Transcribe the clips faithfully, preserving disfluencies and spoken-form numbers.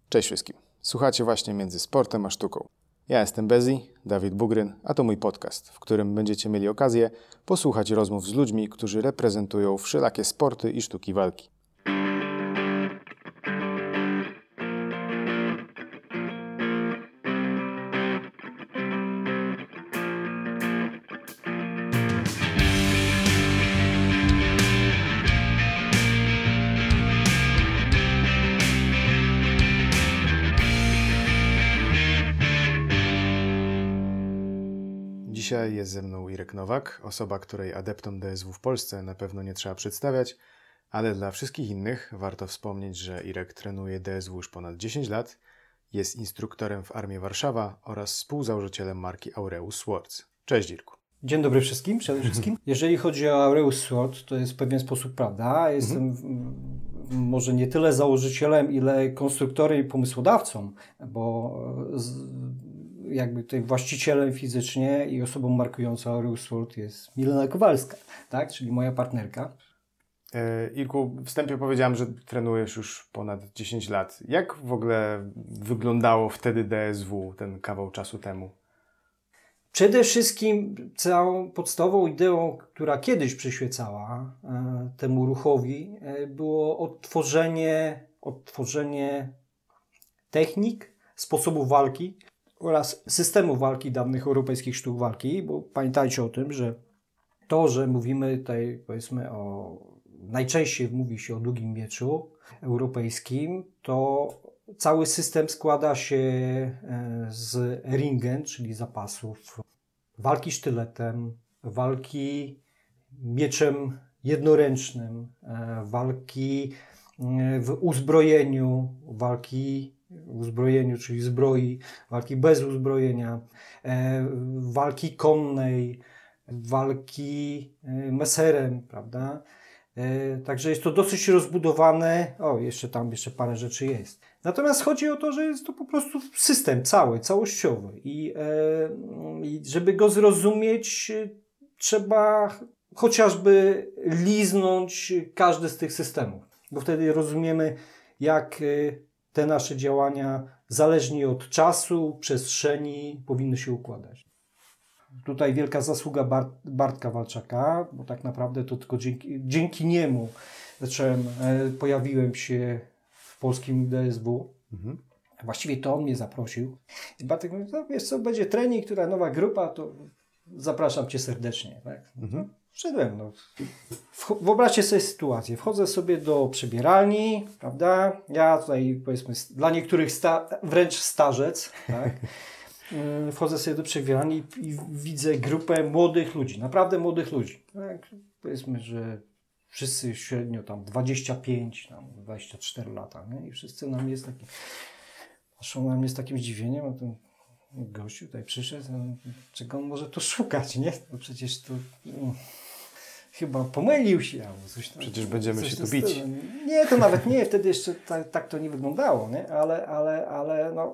Cześć wszystkim. Słuchacie właśnie Między Sportem a Sztuką. Ja jestem Bezi, Dawid Bugryn, a to mój podcast, w którym będziecie mieli okazję posłuchać rozmów z ludźmi, którzy reprezentują wszelakie sporty i sztuki walki. Dzisiaj jest ze mną Irek Nowak, osoba, której adeptom D S W w Polsce na pewno nie trzeba przedstawiać, ale dla wszystkich innych warto wspomnieć, że Irek trenuje D S W już ponad dziesięć lat, jest instruktorem w Armii Warszawa oraz współzałożycielem marki Aureus Swords. Cześć Irku. Dzień dobry wszystkim, przede wszystkim. Jeżeli chodzi o Aureus Swords, to jest w pewien sposób prawda. Jestem mhm. może nie tyle założycielem, ile konstruktorem i pomysłodawcą, bo z, jakby tutaj właścicielem fizycznie i osobą markującą Aureus Swords jest Milena Kowalska, tak? Czyli moja partnerka. E, Irku, w wstępie powiedziałem, że trenujesz już ponad dziesięć lat. Jak w ogóle wyglądało wtedy D S W, ten kawał czasu temu? Przede wszystkim całą podstawową ideą, która kiedyś przyświecała e, temu ruchowi, e, było odtworzenie, odtworzenie technik, sposobów walki oraz systemu walki dawnych europejskich sztuk walki, bo pamiętajcie o tym, że to, że mówimy tutaj powiedzmy o, najczęściej mówi się o długim mieczu europejskim, to cały system składa się z ringen, czyli zapasów, walki sztyletem, walki mieczem jednoręcznym, walki w uzbrojeniu, walki w uzbrojeniu, czyli zbroi, walki bez uzbrojenia, walki konnej, walki meserem, prawda? Także jest to dosyć rozbudowane. O, jeszcze tam jeszcze parę rzeczy jest. Natomiast chodzi o to, że jest to po prostu system cały, całościowy i, e, i żeby go zrozumieć, trzeba chociażby liznąć każdy z tych systemów, bo wtedy rozumiemy, jak te nasze działania zależnie od czasu, przestrzeni powinny się układać. Tutaj wielka zasługa Bart, Bartka Walczaka, bo tak naprawdę to tylko dzięki, dzięki niemu zacząłem, e, pojawiłem się w polskim D S W. Mhm. Właściwie to on mnie zaprosił. I Bartek mówi, no wiesz co, będzie trening, która nowa grupa, to zapraszam Cię serdecznie. Tak? Mhm. Wszedłem. No. Wyobraźcie sobie sytuację. Wchodzę sobie do przebieralni, prawda? Ja tutaj powiedzmy dla niektórych sta, wręcz starzec, tak? Wchodzę sobie do przebieralni i widzę grupę młodych ludzi, naprawdę młodych ludzi. Tak? Powiedzmy, że wszyscy średnio tam dwadzieścia pięć, tam dwadzieścia cztery lata, nie? I wszyscy na mnie z takim, patrzą na mnie z takim zdziwieniem, a ten gościu tutaj przyszedł, czego on może tu szukać, nie? Bo przecież to no, chyba pomylił się albo coś tam. Przecież będziemy się tu bić. Nie, to nawet nie, wtedy jeszcze tak, tak to nie wyglądało, nie? Ale, ale, ale no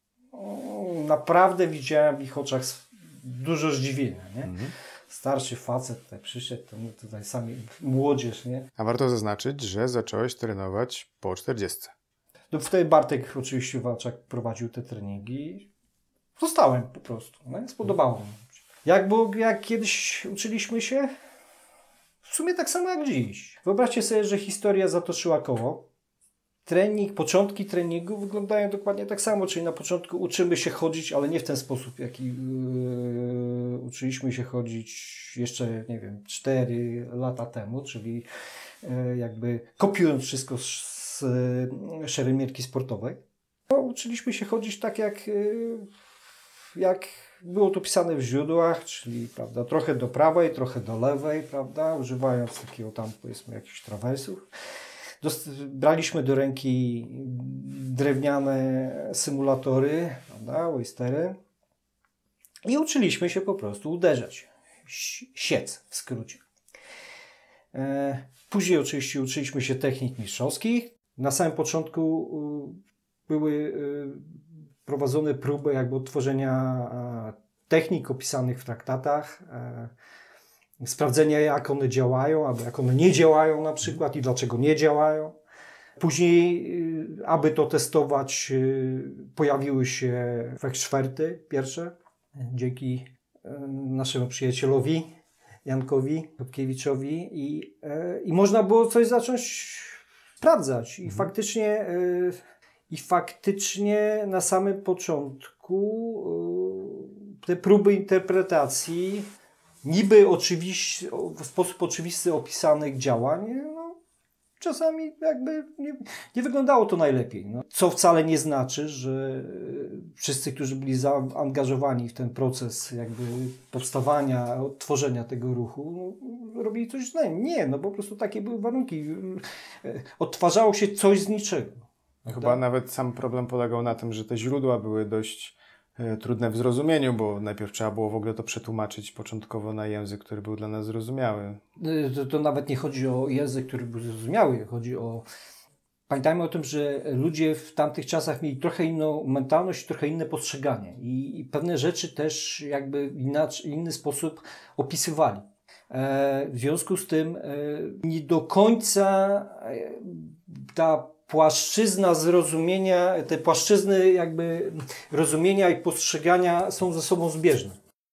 naprawdę widziałem w ich oczach dużo zdziwienia, nie? Mhm. Starszy facet tutaj przyszedł, to my tutaj sami młodzież, nie? A warto zaznaczyć, że zacząłeś trenować po czterdziestce. No wtedy Bartek oczywiście Walczak prowadził te treningi. Zostałem po prostu, nie? Spodobało mi się. Jak było, jak kiedyś uczyliśmy się? W sumie tak samo jak dziś. Wyobraźcie sobie, że historia zatoczyła koło. Trening, początki treningu wyglądają dokładnie tak samo, czyli na początku uczymy się chodzić, ale nie w ten sposób, jaki yy, uczyliśmy się chodzić jeszcze, nie wiem, cztery lata temu, czyli yy, jakby kopiując wszystko z, z yy, szermierki sportowej. No, uczyliśmy się chodzić tak, jak, yy, jak było to pisane w źródłach, czyli prawda, trochę do prawej, trochę do lewej, prawda, używając takiego tam, powiedzmy, jakichś trawersów. Braliśmy do ręki drewniane symulatory, prawda, Oystery i uczyliśmy się po prostu uderzać. Siec w skrócie. Później oczywiście uczyliśmy się technik mistrzowskich. Na samym początku były prowadzone próby jakby odtworzenia technik opisanych w traktatach, sprawdzenia jak one działają, albo jak one nie działają na przykład i dlaczego nie działają. Później, aby to testować, pojawiły się Fechschwerty pierwsze, dzięki naszemu przyjacielowi Jankowi Kopkiewiczowi i, i można było coś zacząć sprawdzać. I mhm. faktycznie i faktycznie na samym początku te próby interpretacji niby oczywiście, w sposób oczywisty opisanych działań, no, czasami jakby nie, nie wyglądało to najlepiej. No. Co wcale nie znaczy, że wszyscy, którzy byli zaangażowani w ten proces jakby powstawania, odtworzenia tego ruchu, no, robili coś źle. Nie, no po prostu takie były warunki. Odtwarzało się coś z niczego. Chyba tak? Nawet sam problem polegał na tym, że te źródła były dość trudne w zrozumieniu, bo najpierw trzeba było w ogóle to przetłumaczyć początkowo na język, który był dla nas zrozumiały. To, to nawet nie chodzi o język, który był zrozumiały, chodzi o... Pamiętajmy o tym, że ludzie w tamtych czasach mieli trochę inną mentalność, trochę inne postrzeganie i, i pewne rzeczy też jakby inaczej, inny sposób opisywali. E, w związku z tym e, nie do końca e, ta płaszczyzna zrozumienia, te płaszczyzny jakby rozumienia i postrzegania są ze sobą zbieżne.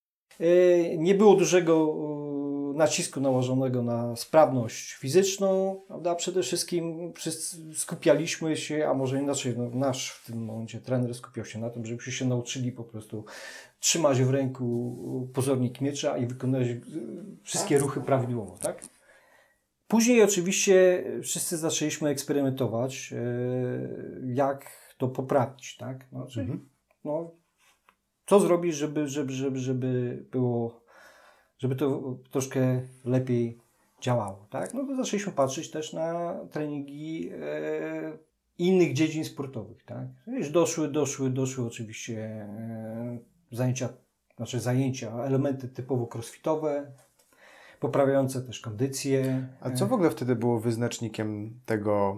Nie było dużego nacisku nałożonego na sprawność fizyczną, prawda? Przede wszystkim skupialiśmy się, a może inaczej, no, nasz w tym momencie trener skupiał się na tym, żebyśmy się nauczyli po prostu trzymać w ręku pozornik miecza i wykonywać wszystkie ruchy prawidłowo, tak? Później oczywiście wszyscy zaczęliśmy eksperymentować, jak to poprawić, tak? No, czyli, mhm. no, co zrobić, żeby, żeby, żeby, żeby było, żeby to troszkę lepiej działało, tak? No to zaczęliśmy patrzeć też na treningi e, innych dziedzin sportowych, tak? Już doszły, doszły, doszły oczywiście e, zajęcia, znaczy zajęcia, elementy typowo crossfitowe, poprawiające też kondycję. A co w ogóle wtedy było wyznacznikiem tego,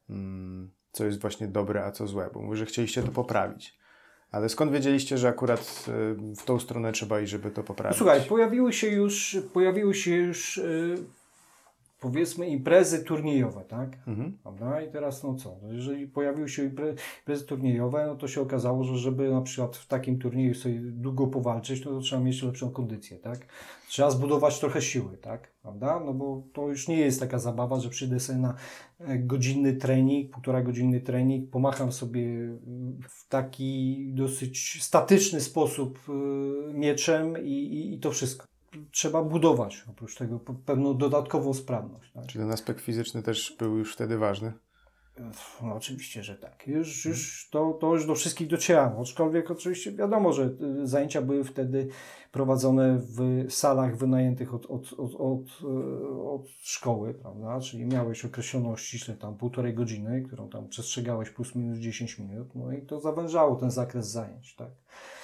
co jest właśnie dobre, a co złe? Bo mówię, że chcieliście to poprawić. Ale skąd wiedzieliście, że akurat w tą stronę trzeba iść, żeby to poprawić? Słuchaj, pojawiły się już, pojawiły się już powiedzmy imprezy turniejowe, tak? Mhm. Prawda? I teraz no co? Jeżeli pojawiły się imprezy turniejowe, no to się okazało, że żeby na przykład w takim turnieju sobie długo powalczyć, no to trzeba mieć lepszą kondycję, tak? Trzeba zbudować trochę siły, tak? Prawda? No bo to już nie jest taka zabawa, że przyjdę sobie na godzinny trening, półtora godzinny trening, pomacham sobie w taki dosyć statyczny sposób mieczem i, i, i to wszystko. Trzeba budować oprócz tego pewną dodatkową sprawność. Tak? Czy ten aspekt fizyczny też był już wtedy ważny? No, oczywiście, że tak. Już, już to, to już do wszystkich docierało. Aczkolwiek oczywiście wiadomo, że zajęcia były wtedy prowadzone w salach wynajętych od, od, od, od, od szkoły, prawda? Czyli miałeś określoną ściśle tam półtorej godziny, którą tam przestrzegałeś plus minus dziesięć minut, no i to zawężało ten zakres zajęć, tak?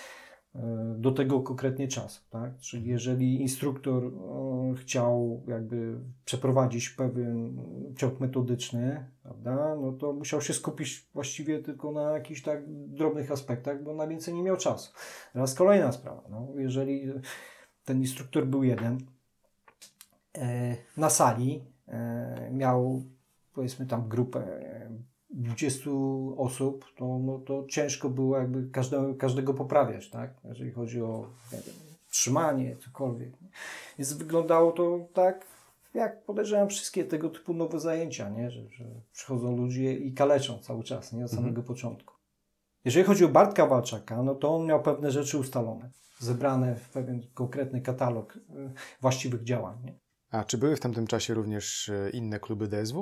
Do tego konkretnie czasu, tak? Czyli jeżeli instruktor e, chciał jakby przeprowadzić pewien ciąg metodyczny, prawda, no to musiał się skupić właściwie tylko na jakichś tak drobnych aspektach, bo na więcej nie miał czasu. Teraz kolejna sprawa, no, jeżeli ten instruktor był jeden e, na sali, e, miał powiedzmy tam grupę dwudziestu osób, to, no, to ciężko było jakby każdego, każdego poprawiać, tak? Jeżeli chodzi o nie wiem, trzymanie, cokolwiek. Więc wyglądało to tak, jak podejrzewam wszystkie tego typu nowe zajęcia, nie? Że, że przychodzą ludzie i kaleczą cały czas, nie? Od samego mhm. początku. Jeżeli chodzi o Bartka Walczaka, no to on miał pewne rzeczy ustalone, zebrane w pewien konkretny katalog y, właściwych działań, nie? A czy były w tamtym czasie również inne kluby D S W?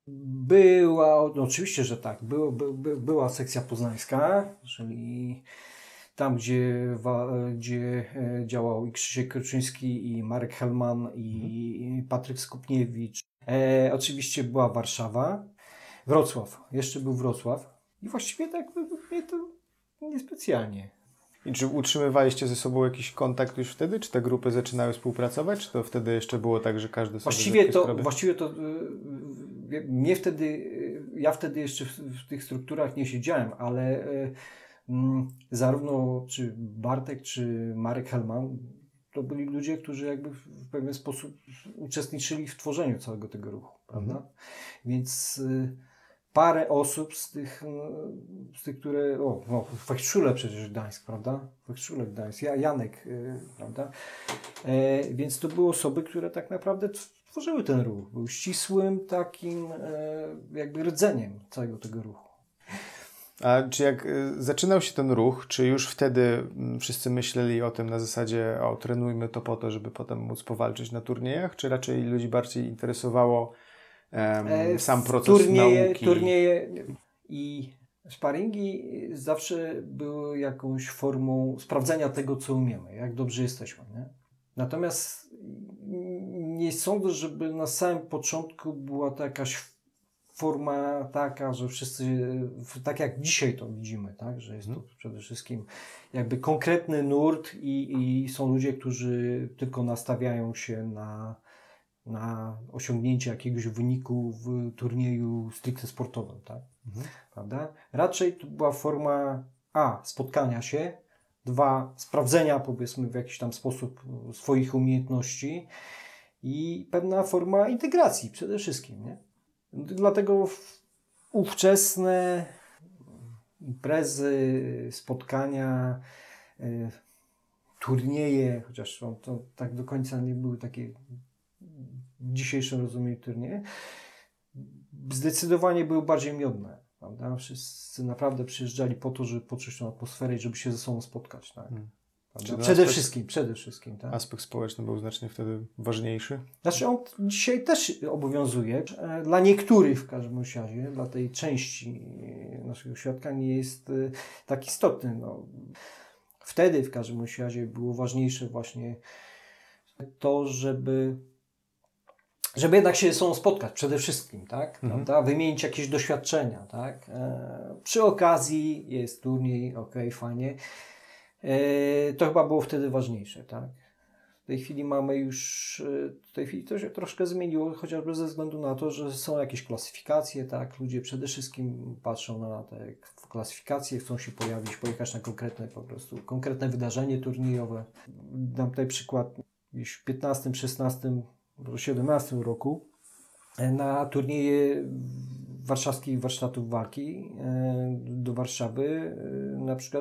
Była, no oczywiście, że tak, Był, by, była sekcja poznańska, czyli tam, gdzie, gdzie działał i Krzysiek Kroczyński, i Marek Hellman, i Patryk Skupniewicz. E, oczywiście była Warszawa, Wrocław, jeszcze był Wrocław i właściwie tak mnie to niespecjalnie. I czy utrzymywaliście ze sobą jakiś kontakt już wtedy? Czy te grupy zaczynały współpracować? Czy to wtedy jeszcze było tak, że każdy sobie... Właściwie to, właściwie to mnie wtedy, ja wtedy jeszcze w, w tych strukturach nie siedziałem, ale mm, zarówno czy Bartek, czy Marek Hellman to byli ludzie, którzy jakby w pewien sposób uczestniczyli w tworzeniu całego tego ruchu, prawda? Mhm. Więc parę osób z tych, z tych które... O, no, Wechczule przecież Gdańsk, prawda? Wechczule Gdańsk, ja, Janek, yy, prawda? E, więc to były osoby, które tak naprawdę tworzyły ten ruch. Był ścisłym takim e, jakby rdzeniem całego tego ruchu. A czy jak y, zaczynał się ten ruch, czy już wtedy y, wszyscy myśleli o tym na zasadzie, o trenujmy to po to, żeby potem móc powalczyć na turniejach, czy raczej ludzi bardziej interesowało um, sam proces turnieje, nauki? Turnieje i sparingi zawsze były jakąś formą sprawdzenia tego, co umiemy, jak dobrze jesteśmy. Nie? Natomiast nie sądzę, żeby na samym początku była to jakaś forma taka, że wszyscy, tak jak dzisiaj to widzimy, tak? Że jest to przede wszystkim jakby konkretny nurt i, i są ludzie, którzy tylko nastawiają się na, na osiągnięcie jakiegoś wyniku w turnieju stricte sportowym, tak? Mhm. Prawda? Raczej to była forma a. spotkania się, dwa. sprawdzenia, powiedzmy, w jakiś tam sposób swoich umiejętności i pewna forma integracji przede wszystkim, nie? Dlatego ówczesne imprezy, spotkania, y, turnieje, chociaż to tak do końca nie były takie w dzisiejszym rozumieniu turnieje, zdecydowanie były bardziej miodne. Prawda? Wszyscy naprawdę przyjeżdżali po to, żeby poczuć tą atmosferę i żeby się ze sobą spotkać. Tak? Hmm. Przede aspekt, wszystkim, przede wszystkim. Tak? Aspekt społeczny był znacznie wtedy ważniejszy? Znaczy on dzisiaj też obowiązuje. Dla niektórych w każdym razie, dla tej części naszego świadka nie jest tak istotny. No, wtedy w każdym razie było ważniejsze właśnie to, żeby żeby jednak się ze sobą spotkać przede wszystkim, tak? Mhm. Prawda? Wymienić jakieś doświadczenia, tak? E, przy okazji jest turniej, okej, fajnie. E, to chyba było wtedy ważniejsze, tak? W tej chwili mamy już, w tej chwili to się troszkę zmieniło, chociażby ze względu na to, że są jakieś klasyfikacje, tak? Ludzie przede wszystkim patrzą na te klasyfikacje, chcą się pojawić, pojechać na konkretne po prostu, konkretne wydarzenie turniejowe. Dam tutaj przykład, już w piętnastym, szesnastym, siedemnastym roku na turnieje warszawskich warsztatów walki do Warszawy na przykład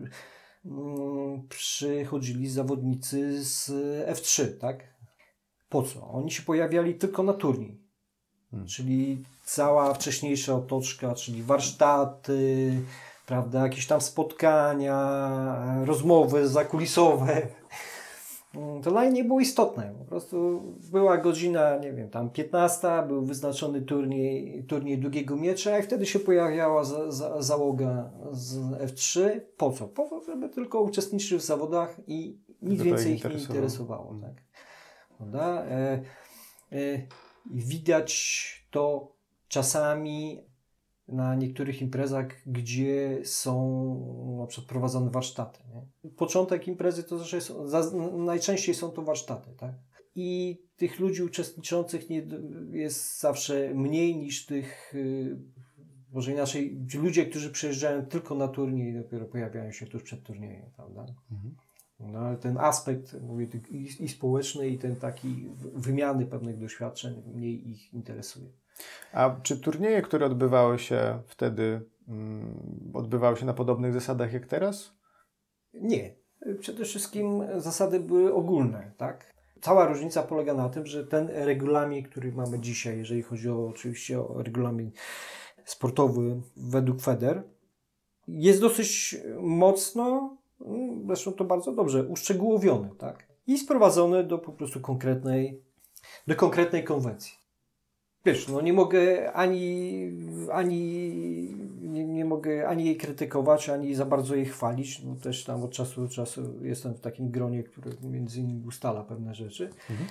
przychodzili zawodnicy z F trzy, tak? Po co? Oni się pojawiali tylko na turniej. Hmm. Czyli cała wcześniejsza otoczka, czyli warsztaty, prawda, jakieś tam spotkania, rozmowy zakulisowe. To dla nich nie było istotne. Po prostu była godzina, nie wiem, tam piętnasta, był wyznaczony turniej, turniej długiego miecza i wtedy się pojawiała za, za, załoga z F trzy. Po co? Po to, żeby tylko uczestniczyć w zawodach i nic więcej ich nie interesowało. Tak? Prawda? E, e, widać to czasami na niektórych imprezach, gdzie są na przykład prowadzone warsztaty. Nie? Początek imprezy to zawsze są, za, najczęściej są to warsztaty. Tak? I tych ludzi uczestniczących nie, jest zawsze mniej niż tych, yy, może inaczej, ludzie, którzy przyjeżdżają tylko na turniej, dopiero pojawiają się tuż przed turniejem. Prawda? Mhm. No, ale ten aspekt mówię, i, i społeczny, i ten taki wymiany pewnych doświadczeń mniej ich interesuje. A czy turnieje, które odbywały się wtedy, um, odbywały się na podobnych zasadach jak teraz? Nie. Przede wszystkim zasady były ogólne, tak? Cała różnica polega na tym, że ten regulamin, który mamy dzisiaj, jeżeli chodzi o, oczywiście o regulamin sportowy według Feder, jest dosyć mocno, zresztą to bardzo dobrze, uszczegółowiony, tak? I sprowadzony do po prostu konkretnej, do konkretnej konwencji. Wiesz, no nie mogę ani, ani nie, nie mogę ani jej krytykować, ani za bardzo jej chwalić. No też tam od czasu do czasu jestem w takim gronie, które między innymi ustala pewne rzeczy. Mhm.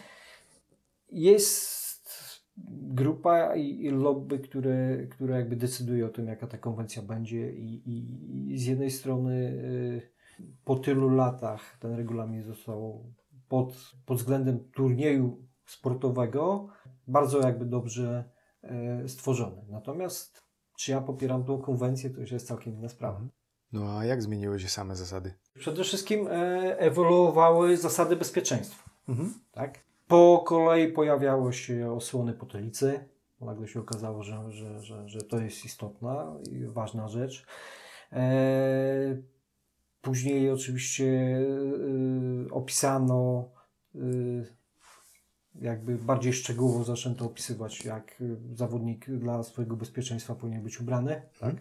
Jest grupa i, i lobby, które, które jakby decyduje o tym, jaka ta konwencja będzie i, i, i z jednej strony y, po tylu latach ten regulamin został pod, pod względem turnieju sportowego bardzo jakby dobrze e, stworzony. Natomiast czy ja popieram tą konwencję, to już jest całkiem inna sprawa. No a jak zmieniły się same zasady? Przede wszystkim e, ewoluowały zasady bezpieczeństwa. Mhm. Tak? Po kolei pojawiały się osłony potylicy, bo nagle się okazało, że, że, że, że to jest istotna i ważna rzecz. E, później oczywiście y, opisano, y, jakby bardziej szczegółowo zaczęto opisywać, jak zawodnik dla swojego bezpieczeństwa powinien być ubrany. Tak?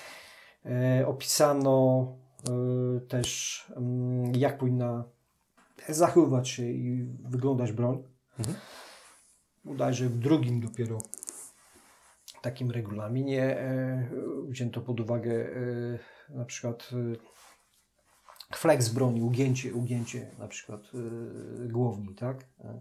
E, opisano y, też, y, jak powinna zachowywać się i wyglądać broń. Mhm. Bodajże w drugim dopiero takim regulaminie e, wzięto pod uwagę e, na przykład e, flex broni, ugięcie, ugięcie na przykład e, głowni, tak? E,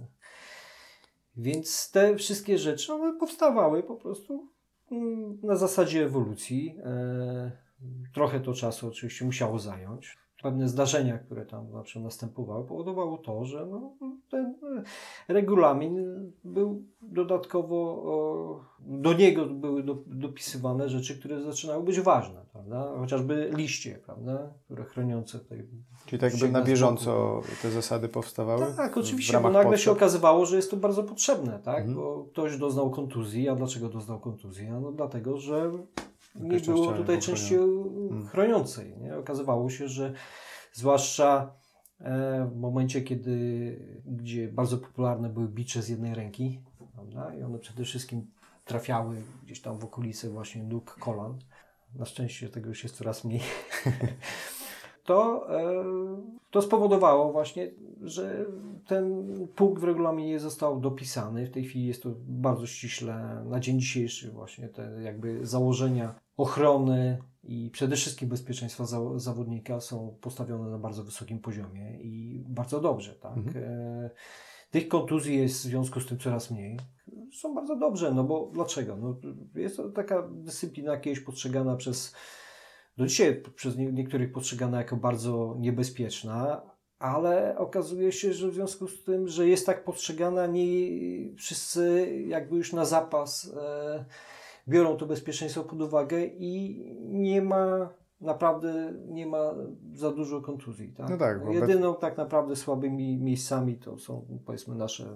więc te wszystkie rzeczy one powstawały po prostu mm, na zasadzie ewolucji. E, trochę to czasu oczywiście musiało zająć. Pewne zdarzenia, które tam zawsze następowały, powodowało to, że no, ten regulamin był dodatkowo, o, do niego były do, dopisywane rzeczy, które zaczynały być ważne, prawda? Chociażby liście, prawda? Które chroniące tej. Czyli tak jakby na bieżąco te zasady powstawały? Tak, oczywiście, bo nagle potrzeb? się okazywało, że jest to bardzo potrzebne, tak? Mhm. Bo ktoś doznał kontuzji, a dlaczego doznał kontuzji? No dlatego, że nie było tutaj części hmm. chroniącej. Nie? Okazywało się, że zwłaszcza e, w momencie, kiedy gdzie bardzo popularne były bicze z jednej ręki, prawda? I one przede wszystkim trafiały gdzieś tam w okolice właśnie nóg, kolan. Na szczęście tego już jest coraz mniej. to, e, to spowodowało właśnie, że ten punkt w regulaminie został dopisany. W tej chwili jest to bardzo ściśle na dzień dzisiejszy właśnie te jakby założenia ochrony i przede wszystkim bezpieczeństwa za, zawodnika są postawione na bardzo wysokim poziomie i bardzo dobrze, tak. Mhm. E, tych kontuzji jest w związku z tym coraz mniej. Są bardzo dobrze, no bo dlaczego? No, jest to taka dyscyplina kiedyś postrzegana przez do dzisiaj przez nie, niektórych postrzegana jako bardzo niebezpieczna, ale okazuje się, że w związku z tym, że jest tak postrzegana, nie wszyscy jakby już na zapas e, biorą to bezpieczeństwo pod uwagę i nie ma naprawdę nie ma za dużo kontuzji. Tak? No tak, Jedyną tak naprawdę słabymi miejscami to są powiedzmy nasze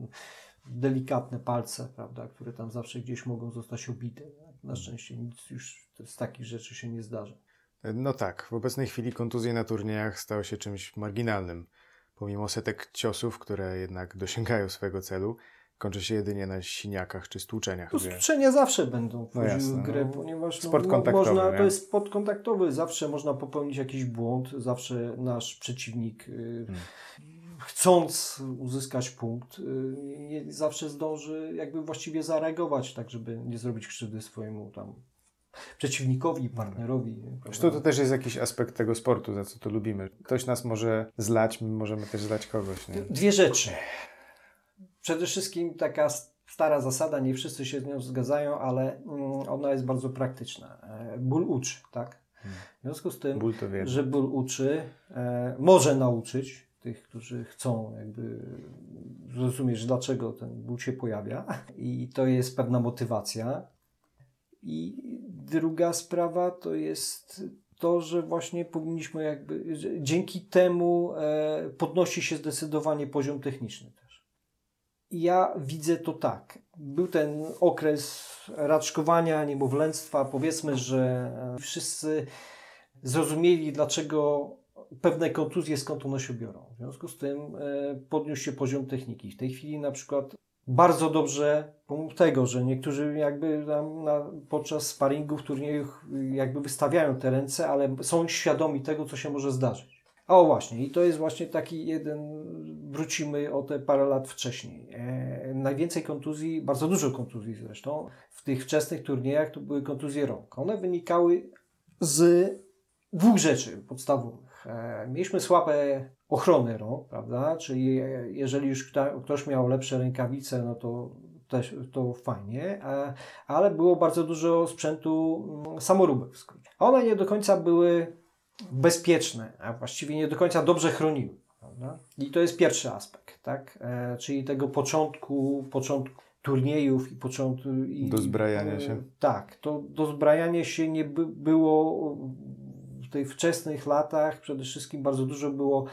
delikatne palce, prawda, które tam zawsze gdzieś mogą zostać obite. Na szczęście nic już z takich rzeczy się nie zdarza. No tak, w obecnej chwili kontuzje na turniejach stały się czymś marginalnym. Pomimo setek ciosów, które jednak dosięgają swojego celu, kończy się jedynie na siniakach czy stłuczeniach. No, stłuczenia zawsze będą wchodziły no w grę, no, ponieważ sport no, kontaktowy, można, to jest sport kontaktowy. Zawsze można popełnić jakiś błąd, zawsze nasz przeciwnik y, hmm. chcąc uzyskać punkt, y, nie zawsze zdąży jakby właściwie zareagować, tak żeby nie zrobić krzywdy swojemu tam przeciwnikowi, partnerowi. Zresztą to też jest jakiś aspekt tego sportu, za co to lubimy. Ktoś nas może zlać, my możemy też zlać kogoś. Nie? Dwie rzeczy. Przede wszystkim taka stara zasada, nie wszyscy się z nią zgadzają, ale ona jest bardzo praktyczna. Ból uczy, tak? W związku z tym, ból to wiem. że ból uczy, e, może nauczyć tych, którzy chcą jakby zrozumieć, dlaczego ten ból się pojawia i to jest pewna motywacja. I druga sprawa to jest to, że właśnie powinniśmy jakby, dzięki temu e, podnosi się zdecydowanie poziom techniczny też. I ja widzę to tak. Był ten okres raczkowania, niemowlęctwa. Powiedzmy, że wszyscy zrozumieli, dlaczego pewne kontuzje skąd one się biorą. W związku z tym e, podniósł się poziom techniki. W tej chwili na przykład bardzo dobrze, pomimo tego, że niektórzy jakby tam na, podczas sparingów, turniejów jakby wystawiają te ręce, ale są świadomi tego, co się może zdarzyć. A o właśnie, i to jest właśnie taki jeden, wrócimy o te parę lat wcześniej. E, najwięcej kontuzji, bardzo dużo kontuzji zresztą, w tych wczesnych turniejach to były kontuzje rąk. One wynikały z dwóch rzeczy podstawowych. E, mieliśmy słabe ochronę rąk, prawda? Czyli jeżeli już ktoś miał lepsze rękawice, no to też to fajnie, ale było bardzo dużo sprzętu samoróbek w skrócie. One nie do końca były bezpieczne, a właściwie nie do końca dobrze chroniły, prawda? I to jest pierwszy aspekt, tak? E, czyli tego początku, początku turniejów i początku... I, dozbrajania się. E, tak, to dozbrajanie się nie by, było w tych wczesnych latach, przede wszystkim bardzo dużo było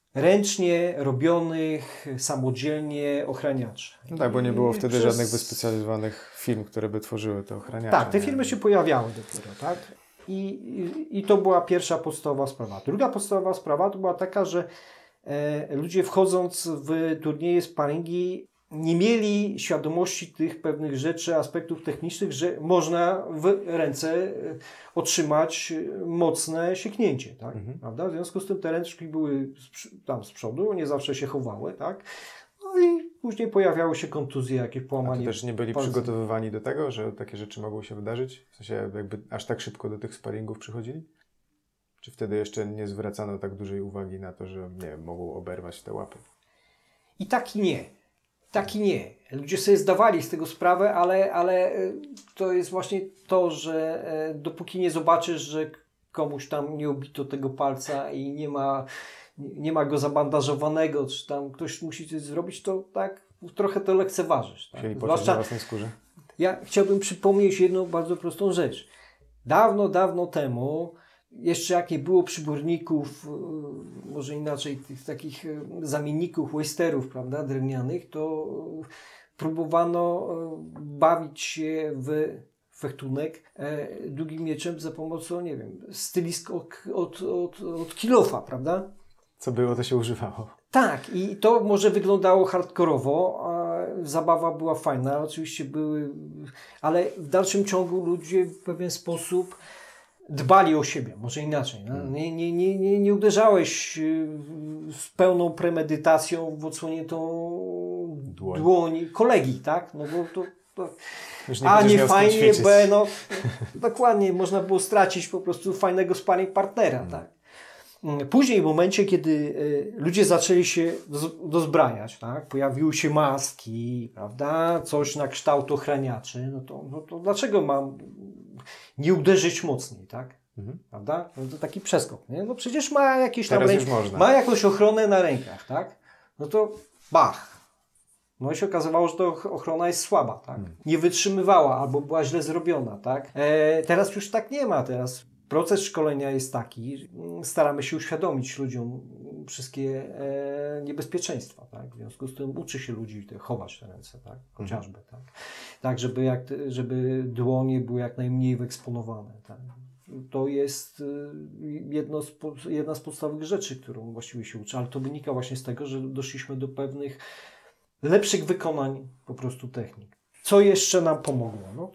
ręcznie robionych, samodzielnie ochraniaczy. No tak, bo nie było wtedy Przez... żadnych wyspecjalizowanych firm, które by tworzyły te ochraniacze. Tak, te nie? firmy się pojawiały dopiero, tak? I, i, I to była pierwsza podstawowa sprawa. Druga podstawowa sprawa to była taka, że e, ludzie wchodząc w turnieje, sparingi nie mieli świadomości tych pewnych rzeczy, aspektów technicznych, że można w ręce otrzymać mocne sieknięcie, tak? Mhm. Prawda? W związku z tym te ręczki były tam z przodu, nie zawsze się chowały, tak? No i później pojawiały się kontuzje, jakieś A połamanie. to też nie byli palców. przygotowywani do tego, że takie rzeczy mogą się wydarzyć? W sensie jakby aż tak szybko do tych sparingów przychodzili? Czy wtedy jeszcze nie zwracano tak dużej uwagi na to, że nie wiem, mogą oberwać te łapy? I tak i nie. Tak i nie. Ludzie sobie zdawali z tego sprawę, ale, ale to jest właśnie to, że dopóki nie zobaczysz, że komuś tam nie ubito tego palca i nie ma, nie ma go zabandażowanego, czy tam ktoś musi coś zrobić, to tak trochę to lekceważysz. Tak? Chcieli poczuć na własnej skórze? Ja chciałbym przypomnieć jedną bardzo prostą rzecz. Dawno, dawno temu, jeszcze jak nie było przyborników, może inaczej, tych takich zamienników, wejsterów, prawda, drewnianych, to próbowano bawić się w fechtunek e, długim mieczem za pomocą, nie wiem, stylisk od, od, od, od kilofa, prawda? Co było, to się używało. Tak, i to może wyglądało hardkorowo, a zabawa była fajna, oczywiście były, ale w dalszym ciągu ludzie w pewien sposób dbali o siebie, może inaczej. No? Nie, nie, nie, nie, nie uderzałeś z pełną premedytacją w odsłoniętą dłoń, dłoń kolegi, tak? No bo to, to nie a nie fajnie, B, no dokładnie, można było stracić po prostu fajnego sparring partnera, hmm. tak? Później w momencie, kiedy y, ludzie zaczęli się do, dozbrajać, tak? Pojawiły się maski, prawda? Coś na kształt ochraniaczy, no to, no to dlaczego mam nie uderzyć mocniej, tak? Mhm. Prawda? No to taki przeskok, nie? No przecież ma jakieś tam ręk... ma jakąś ochronę na rękach, tak? No to bach. No i się okazywało, że to ochrona jest słaba, tak? Hmm. Nie wytrzymywała albo była źle zrobiona, tak? E, teraz już tak nie ma, teraz proces szkolenia jest taki, staramy się uświadomić ludziom wszystkie e, niebezpieczeństwa, tak? W związku z tym uczy się ludzi te, chować te ręce, tak? Chociażby, tak? Tak, żeby, jak, żeby dłonie były jak najmniej wyeksponowane, tak? To jest jedno z, jedna z podstawowych rzeczy, którą właściwie się uczy, ale to wynika właśnie z tego, że doszliśmy do pewnych lepszych wykonań po prostu technik. Co jeszcze nam pomogło? No,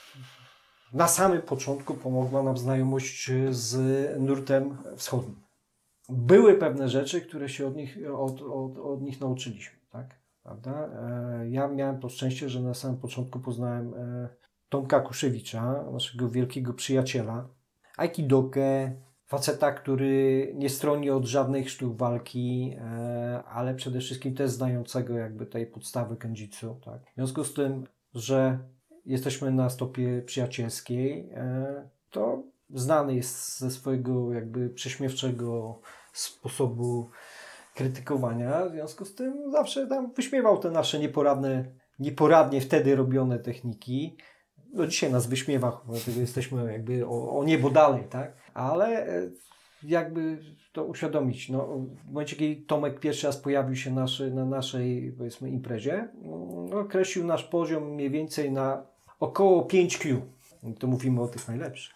na samym początku pomogła nam znajomość z nurtem wschodnim. Były pewne rzeczy, które się od nich, od, od, od nich nauczyliśmy, tak? Prawda? Ja miałem to szczęście, że na samym początku poznałem Tomka Kuszewicza, naszego wielkiego przyjaciela, aikidokę, faceta, który nie stroni od żadnych sztuk walki, ale przede wszystkim też znającego jakby tej podstawy kędzitsu, tak? W związku z tym, że jesteśmy na stopie przyjacielskiej, to znany jest ze swojego jakby prześmiewczego sposobu krytykowania, w związku z tym zawsze tam wyśmiewał te nasze nieporadne, nieporadnie wtedy robione techniki. No dzisiaj nas wyśmiewa, dlatego jesteśmy jakby o, o niebo dalej, tak? Ale jakby to uświadomić, no w momencie, kiedy Tomek pierwszy raz pojawił się naszy, na naszej, powiedzmy, imprezie, no, określił nasz poziom mniej więcej na około pięć Q. To mówimy o tych najlepszych.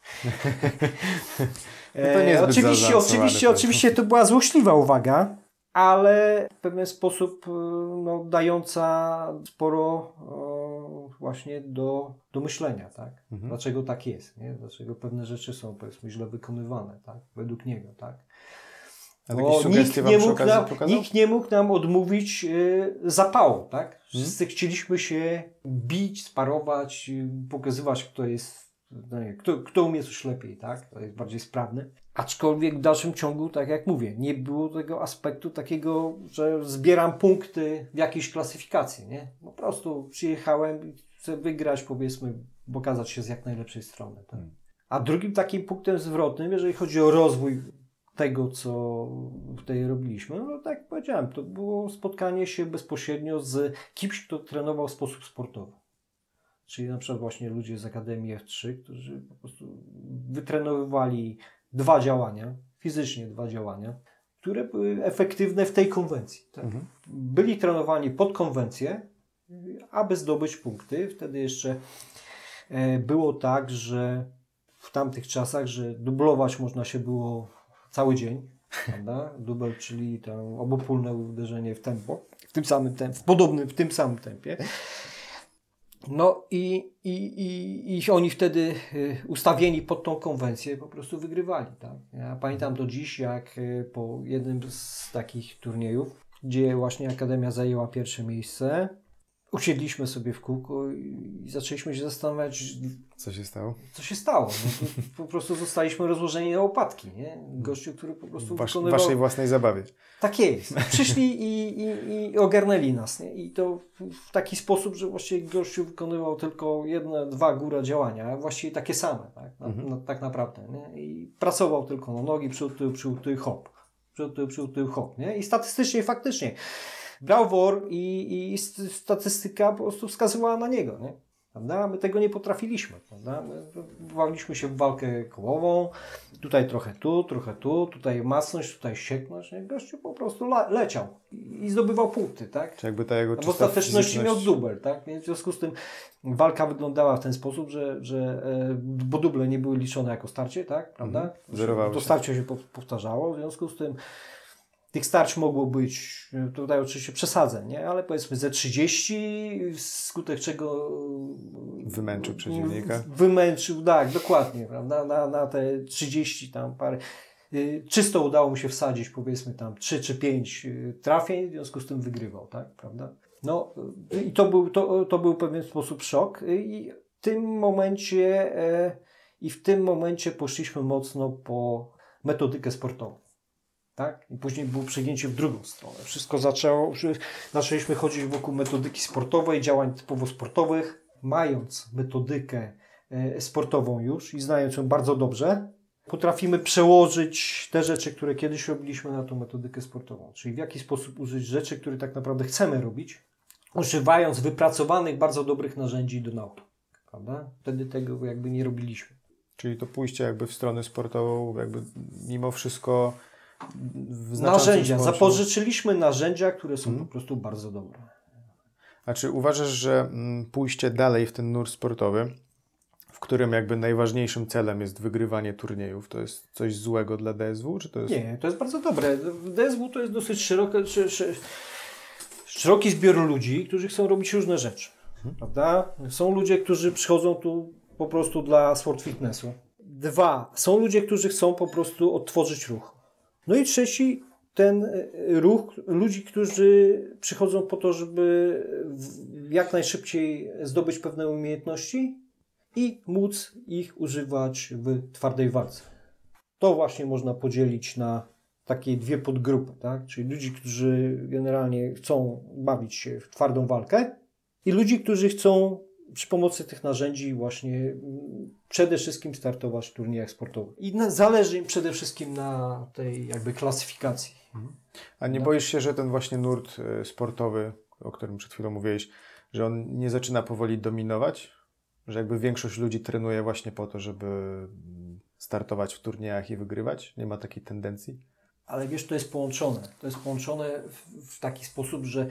No to nie e, oczywiście, oczywiście, oczywiście to była złośliwa uwaga, ale w pewien sposób no, dająca sporo o, właśnie do, do myślenia, tak? Mhm. Dlaczego tak jest, nie? Dlaczego pewne rzeczy są, powiedzmy, źle wykonywane, tak? Według niego, tak? Bo nikt nie, mógł nam, nikt nie mógł nam odmówić y, zapału, tak? Wszyscy hmm. chcieliśmy się bić, sparować, y, pokazywać, kto jest, no nie, kto, kto umie coś lepiej, tak? Kto jest bardziej sprawny. Aczkolwiek w dalszym ciągu, tak jak mówię, nie było tego aspektu takiego, że zbieram punkty w jakiejś klasyfikacji, nie? Po prostu przyjechałem i chcę wygrać, powiedzmy, pokazać się z jak najlepszej strony, tak? Hmm. A drugim takim punktem zwrotnym, jeżeli chodzi o rozwój tego, co tutaj robiliśmy, no tak jak powiedziałem, to było spotkanie się bezpośrednio z kimś, kto trenował w sposób sportowy. Czyli na przykład właśnie ludzie z Akademii F trzy, którzy po prostu wytrenowywali dwa działania, fizycznie dwa działania, które były efektywne w tej konwencji. Tak? Mhm. Byli trenowani pod konwencję, aby zdobyć punkty. Wtedy jeszcze było tak, że w tamtych czasach, że dublować można się było cały dzień. Prawda? Dubel, czyli to obopólne uderzenie w tempo, w tym samym tempie, w podobnym, w tym samym tempie. No i, i, i, i oni wtedy ustawieni pod tą konwencję po prostu wygrywali. Tak? Ja pamiętam do dziś, jak po jednym z takich turniejów, gdzie właśnie Akademia zajęła pierwsze miejsce, usiedliśmy sobie w kółku i zaczęliśmy się zastanawiać, co się stało. Co się stało? No, po prostu zostaliśmy rozłożeni na łopatki. Nie? Gościu, który po prostu Wasz, wykonywał... waszej własnej zabawie. Tak jest. Przyszli i, i, i ogarnęli nas. Nie? I to w taki sposób, że właściwie gościu wykonywał tylko jedne, dwa góra działania, a właściwie takie same. Tak, na, mhm. na, tak naprawdę. Nie? I pracował tylko na nogi, przód, tył, przód, tył, hop. Przód, tył, przód, tył, hop. Nie? I statystycznie, faktycznie brał wor i, i statystyka po prostu wskazywała na niego. Nie? Prawda? My tego nie potrafiliśmy. Prawda? My bawiliśmy się w walkę kołową. Tutaj trochę tu, trochę tu. Tutaj masność, tutaj siekność. Nie? Gościu po prostu le- leciał i, i zdobywał punkty. Tak? Czy jakby ta jego A w ostateczności miał dubel. Tak? Więc w związku z tym walka wyglądała w ten sposób, że, że e, bo duble nie były liczone jako starcie. Tak? Prawda? Mhm. Zerowało to się. starcie się powtarzało. W związku z tym tych starć mogło być, tutaj oczywiście przesadzę, nie? Ale powiedzmy ze trzydzieści, wskutek czego wymęczył przeciwnika. Wymęczył, tak, dokładnie, prawda? Na, na te trzydzieści tam parę. Czysto udało mu się wsadzić powiedzmy tam trzy czy pięć trafień, w związku z tym wygrywał, tak, prawda? No i to był, to, to był w pewien sposób szok i w tym momencie e, i w tym momencie poszliśmy mocno po metodykę sportową. Tak? I później było przegięcie w drugą stronę. Wszystko zaczęło, zaczęliśmy chodzić wokół metodyki sportowej, działań typowo sportowych, mając metodykę e, sportową już i znając ją bardzo dobrze, potrafimy przełożyć te rzeczy, które kiedyś robiliśmy na tą metodykę sportową. Czyli w jaki sposób użyć rzeczy, które tak naprawdę chcemy robić, używając wypracowanych, bardzo dobrych narzędzi do nauki. Prawda? Wtedy tego jakby nie robiliśmy. Czyli to pójście jakby w stronę sportową, jakby mimo wszystko narzędzia. Zapożyczyliśmy narzędzia, które są hmm. po prostu bardzo dobre. A czy uważasz, że pójście dalej w ten nurt sportowy, w którym jakby najważniejszym celem jest wygrywanie turniejów, to jest coś złego dla D S W? Czy to jest... Nie, to jest bardzo dobre. D S W to jest dosyć szeroki, szeroki zbiór ludzi, którzy chcą robić różne rzeczy. Hmm. Prawda? Są ludzie, którzy przychodzą tu po prostu dla sport fitnessu. Dwa, są ludzie, którzy chcą po prostu odtworzyć ruch. No i trzeci, ten ruch ludzi, którzy przychodzą po to, żeby jak najszybciej zdobyć pewne umiejętności i móc ich używać w twardej walce. To właśnie można podzielić na takie dwie podgrupy, tak? Czyli ludzi, którzy generalnie chcą bawić się w twardą walkę i ludzi, którzy chcą przy pomocy tych narzędzi właśnie przede wszystkim startować w turniejach sportowych. I na, zależy im przede wszystkim na tej jakby klasyfikacji. A nie no. boisz się, że ten właśnie nurt sportowy, o którym przed chwilą mówiłeś, że on nie zaczyna powoli dominować? Że jakby większość ludzi trenuje właśnie po to, żeby startować w turniejach i wygrywać? Nie ma takiej tendencji? Ale wiesz, to jest połączone. To jest połączone w, w taki sposób, że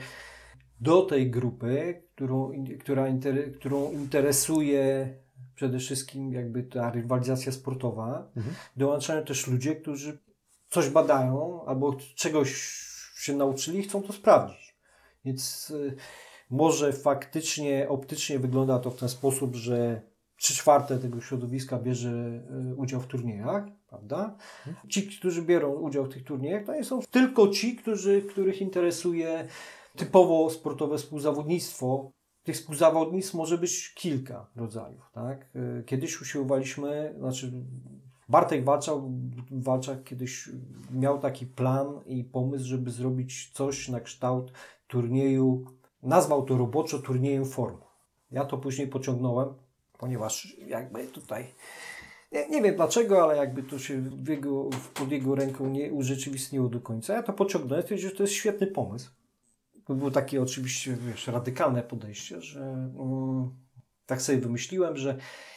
do tej grupy, którą, która inter, którą interesuje przede wszystkim jakby ta rywalizacja sportowa, mhm. dołączają też ludzie, którzy coś badają albo czegoś się nauczyli i chcą to sprawdzić. Więc y, może faktycznie, optycznie wygląda to w ten sposób, że trzy czwarte tego środowiska bierze y, udział w turniejach, prawda? Mhm. Ci, którzy biorą udział w tych turniejach, to nie są tylko ci, którzy, których interesuje typowo sportowe współzawodnictwo. Tych współzawodnictw może być kilka rodzajów. Tak? Kiedyś usiłowaliśmy, znaczy Bartek Walczak, Walczak kiedyś miał taki plan i pomysł, żeby zrobić coś na kształt turnieju, nazwał to roboczo turniejem form. Ja to później pociągnąłem, ponieważ jakby tutaj, nie, nie wiem dlaczego, ale jakby to się w jego, pod jego ręką nie urzeczywistniło do końca. Ja to pociągnąłem, stwierdziłem, że to jest świetny pomysł. To było takie oczywiście, wiesz, radykalne podejście, że um, tak sobie wymyśliłem, że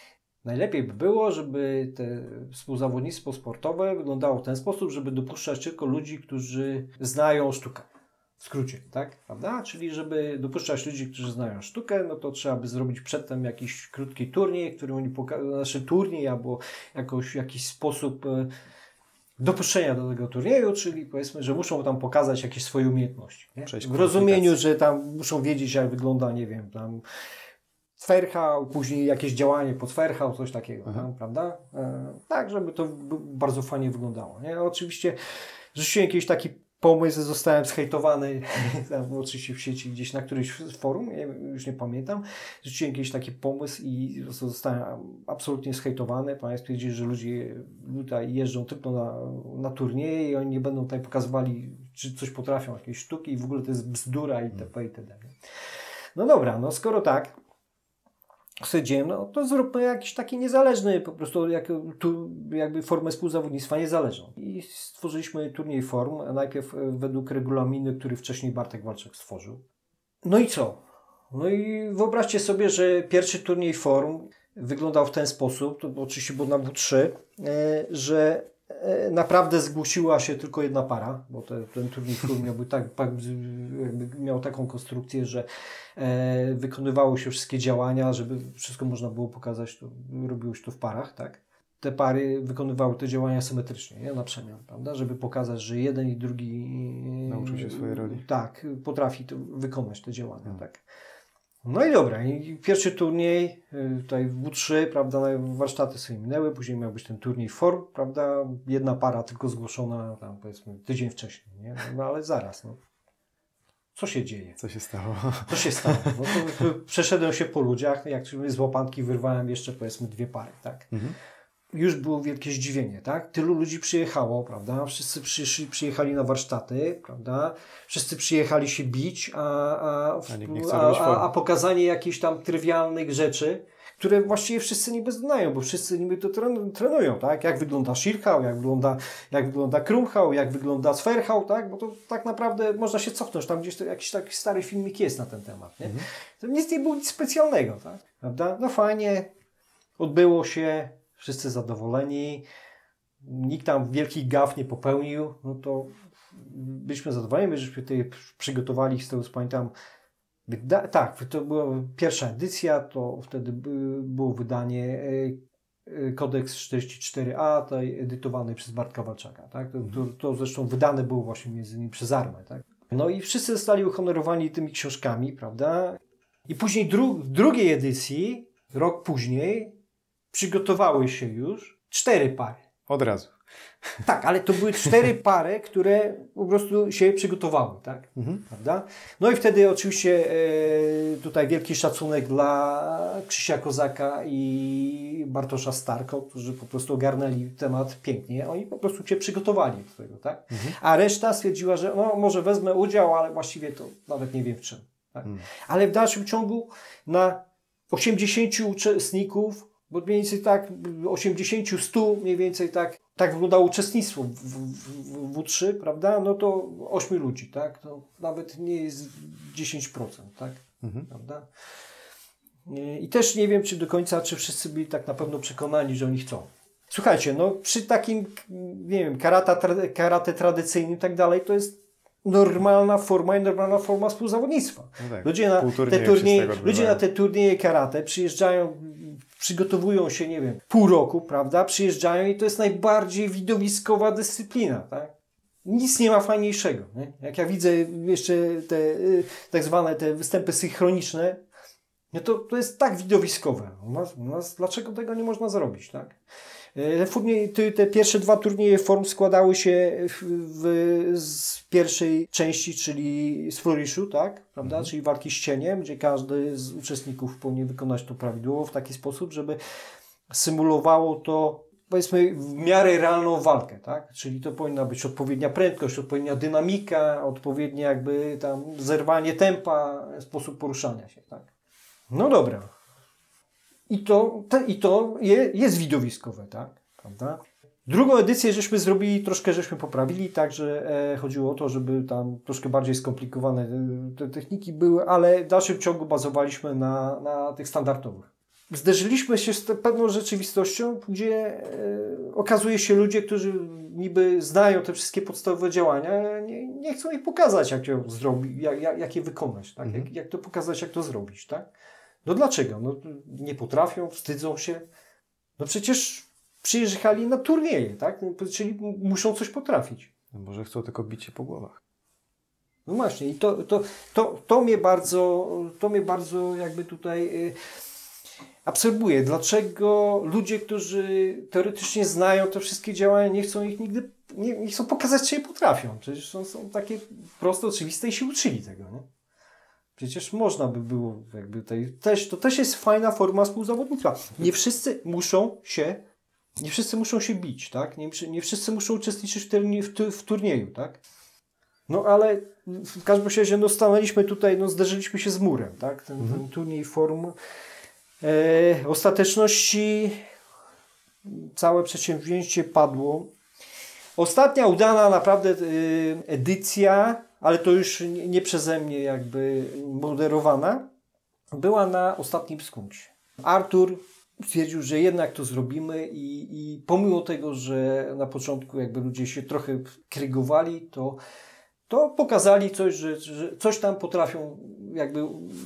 najlepiej by było, żeby te współzawodnictwo sportowe wyglądało w ten sposób, żeby dopuszczać tylko ludzi, którzy znają sztukę. W skrócie, tak? Prawda? Czyli żeby dopuszczać ludzi, którzy znają sztukę, no to trzeba by zrobić przedtem jakiś krótki turniej, który oni pokażą, znaczy turniej albo jakoś, jakiś sposób e, dopuszczenia do tego turnieju, czyli powiedzmy, że muszą tam pokazać jakieś swoje umiejętności. Nie? W rozumieniu, że tam muszą wiedzieć, jak wygląda, nie wiem, tam Sferchał, później jakieś działanie pod Sferchał, coś takiego, tam, prawda? E, tak, żeby to bardzo fajnie wyglądało. Nie? Oczywiście rzuciłem jakiś taki pomysł, zostałem zhejtowany tam, oczywiście w sieci gdzieś na którymś forum, ja już nie pamiętam. Rzuciłem jakiś taki pomysł i zostałem absolutnie zhejtowany. Pan stwierdził, że ludzie tutaj jeżdżą tylko na, na turnieje i oni nie będą tutaj pokazywali, czy coś potrafią, jakieś sztuki i w ogóle to jest bzdura itp. itd. No dobra, no skoro tak, stwierdziłem, no to zróbmy jakiś taki niezależny, po prostu jak, tu, jakby formę współzawodnictwa niezależną. I stworzyliśmy turniej form, najpierw według regulaminu, który wcześniej Bartek Walczak stworzył. No i co? No i wyobraźcie sobie, że pierwszy turniej form wyglądał w ten sposób, to oczywiście było na W trzy, że naprawdę zgłosiła się tylko jedna para, bo te, ten turniej form miałby tak, jakby miał taką konstrukcję, że e, wykonywało się wszystkie działania, żeby wszystko można było pokazać, to robiło się to w parach, tak? Te pary wykonywały te działania symetrycznie, nie? Na przemian, prawda? Żeby pokazać, że jeden i drugi nauczył się swojej roli. Tak, potrafi to, wykonać te działania, hmm. tak. No i dobra, i pierwszy turniej, tutaj w W trzy, prawda, warsztaty sobie minęły, później miał być ten turniej form, prawda, jedna para tylko zgłoszona tam powiedzmy tydzień wcześniej, nie? No ale zaraz, no. Co się dzieje? Co się stało? Co się stało? No to, to przeszedłem się po ludziach, jak z łapanki wyrwałem jeszcze powiedzmy dwie pary, tak. Mhm. Już było wielkie zdziwienie, tak? Tylu ludzi przyjechało, prawda? Wszyscy przyszli, przyjechali na warsztaty, prawda? Wszyscy przyjechali się bić, a, a, a, a, a pokazanie jakichś tam trywialnych rzeczy, które właściwie wszyscy niby znają, bo wszyscy niby to trenują, tak? Jak wygląda Schirchau, jak wygląda, jak wygląda Krumchau, jak wygląda Sferchau, tak? Bo to tak naprawdę można się cofnąć, tam gdzieś to jakiś taki stary filmik jest na ten temat, nie? Mhm. To nic nie było nic specjalnego, tak? Prawda? No fajnie, odbyło się, wszyscy zadowoleni, nikt tam wielkich gaf nie popełnił, no to byliśmy zadowoleni, żeśmy tutaj przygotowali, z tego co pamiętam, wyda- tak, to była pierwsza edycja, to wtedy było wydanie kodeks czterdzieści cztery A, tutaj edytowany przez Bartka Walczaka, tak? To, to, to zresztą wydane było właśnie między innymi przez Armę, tak? No i wszyscy zostali uhonorowani tymi książkami, prawda? I później dru- w drugiej edycji, rok później, przygotowały się już cztery pary. Od razu. Tak, ale to były cztery pary, które po prostu się przygotowały, tak? Mhm. Prawda? No i wtedy oczywiście e, tutaj wielki szacunek dla Krzysia Kozaka i Bartosza Starko, którzy po prostu ogarnęli temat pięknie. Oni po prostu się przygotowali do tego, tak? Mhm. A reszta stwierdziła, że no może wezmę udział, ale właściwie to nawet nie wiem w czym. Tak? Mhm. Ale w dalszym ciągu na osiemdziesięciu uczestników, bo mniej więcej tak osiemdziesiąt stu mniej więcej tak, tak wyglądało uczestnictwo w, w, w W trzy, prawda? No to ośmiu ludzi, tak? To nawet nie jest dziesięć procent, tak? Mhm. Prawda? I też nie wiem, czy do końca, czy wszyscy byli tak na pewno przekonani, że oni chcą. Słuchajcie, no przy takim, nie wiem, karate, karate tradycyjnym i tak dalej, to jest normalna forma i normalna forma współzawodnictwa. No tak, ludzie, na te turnieje, ludzie na te turnieje karate przyjeżdżają, przygotowują się, nie wiem, pół roku, prawda? Przyjeżdżają i to jest najbardziej widowiskowa dyscyplina, tak? Nic nie ma fajniejszego. Nie? Jak ja widzę jeszcze te tak zwane te występy synchroniczne, no to, to jest tak widowiskowe. U nas, u nas, dlaczego tego nie można zrobić, tak? Te, te pierwsze dwa turnieje form składały się w, w, z pierwszej części, czyli z flouriszu, tak? Prawda? Mhm. Czyli walki z cieniem, gdzie każdy z uczestników powinien wykonać to prawidłowo w taki sposób, żeby symulowało to, powiedzmy, w miarę realną walkę, tak? Czyli to powinna być odpowiednia prędkość, odpowiednia dynamika, odpowiednie jakby tam zerwanie tempa, sposób poruszania się, tak? No dobra. I to, te, i to je, jest widowiskowe, tak? Prawda? Drugą edycję żeśmy zrobili, troszkę żeśmy poprawili, tak, że e, chodziło o to, żeby tam troszkę bardziej skomplikowane te techniki były, ale w dalszym ciągu bazowaliśmy na, na tych standardowych. zderzyliśmy się z pewną rzeczywistością, gdzie e, okazuje się ludzie, którzy niby znają te wszystkie podstawowe działania, nie, nie chcą ich pokazać, jak to zrobić, jak, jak, jak je wykonać, tak? Mhm. jak, jak to pokazać, jak to zrobić. Tak? No dlaczego? No, nie potrafią, wstydzą się. No przecież przyjechali na turnieje, tak? Czyli muszą coś potrafić. No może chcą tylko bić się po głowach. No właśnie, i to, to, to, to mnie bardzo, to mnie bardzo jakby tutaj y, absorbuje. Dlaczego ludzie, którzy teoretycznie znają te wszystkie działania, nie chcą ich nigdy, nie, nie chcą pokazać, czy je potrafią. Przecież są, są takie proste, oczywiste i się uczyli tego, nie? Przecież można by było jakby tutaj, też, to też jest fajna forma współzawodnictwa. Nie wszyscy muszą się, nie wszyscy muszą się bić, tak? Nie, nie wszyscy muszą uczestniczyć w, turnie, w, w turnieju, tak? No ale w każdym razie no, stanęliśmy tutaj, no, zderzyliśmy się z murem, tak? Ten, mhm. ten turniej form. E, w ostateczności całe przedsięwzięcie padło. Ostatnia udana naprawdę e, edycja, ale to już nie, nie przeze mnie jakby moderowana, była na ostatnim skuncie. Artur stwierdził, że jednak to zrobimy i, i pomimo tego, że na początku jakby ludzie się trochę krygowali, to to pokazali coś, że, że coś tam potrafią jakby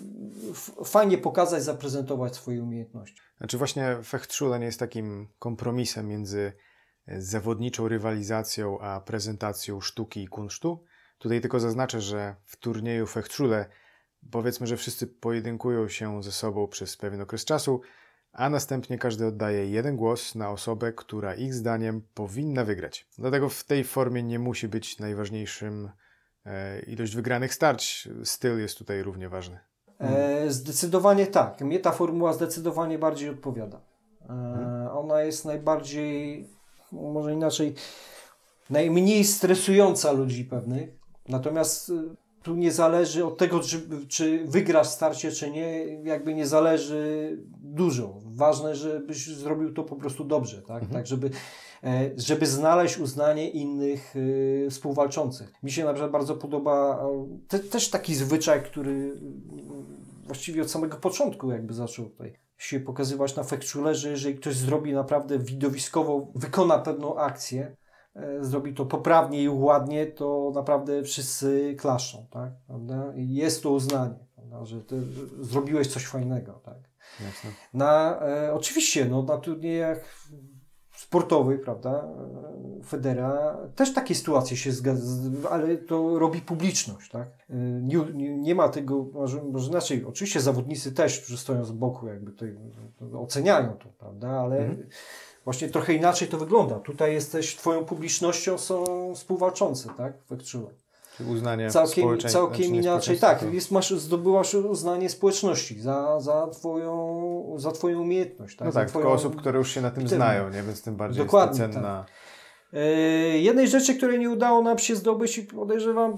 fajnie pokazać, zaprezentować swoje umiejętności. Znaczy właśnie Fechtschule jest takim kompromisem między zawodniczą rywalizacją a prezentacją sztuki i kunsztu. Tutaj tylko zaznaczę, że w turnieju Fechtschule powiedzmy, że wszyscy pojedynkują się ze sobą przez pewien okres czasu, a następnie każdy oddaje jeden głos na osobę, która ich zdaniem powinna wygrać. Dlatego w tej formie nie musi być najważniejszym ilość wygranych starć. Styl jest tutaj równie ważny. E, zdecydowanie tak. Mnie ta formuła zdecydowanie bardziej odpowiada. E, hmm. Ona jest najbardziej, może inaczej, najmniej stresująca ludzi pewnych. Natomiast tu nie zależy od tego, czy, czy wygrasz starcie, czy nie. Jakby nie zależy dużo. Ważne, żebyś zrobił to po prostu dobrze. Tak, hmm. tak żeby żeby znaleźć uznanie innych y, współwalczących. Mi się na przykład bardzo podoba te, też taki zwyczaj, który właściwie od samego początku jakby zaczął tutaj się pokazywać na Fechtschule, że jeżeli ktoś zrobi naprawdę widowiskowo, wykona pewną akcję, e, zrobi to poprawnie i ładnie, to naprawdę wszyscy klaszczą, tak? Prawda? I jest to uznanie, prawda? Że ty zrobiłeś coś fajnego, tak? Jasne. Na, e, oczywiście, no, na turniejach sportowych, prawda, Federa, też takie sytuacje się zgadza, ale to robi publiczność, tak? Nie, nie, nie ma tego, może, może inaczej, oczywiście zawodnicy też, którzy stoją z boku, jakby tutaj oceniają to, prawda, ale mhm. właśnie trochę inaczej to wygląda. Tutaj jesteś, twoją publicznością są współwalczący, tak, w Fechtschule. Uznanie całkiem, całkiem inaczej, tak, jest, masz, zdobyłaś uznanie społeczności za, za, twoją, za twoją umiejętność. Tak? No tak, twoją... tylko osób, które już się na tym znają, nie? Więc tym bardziej Dokładnie, jest to cenna. Tak. Yy, jednej rzeczy, której nie udało nam się zdobyć i podejrzewam,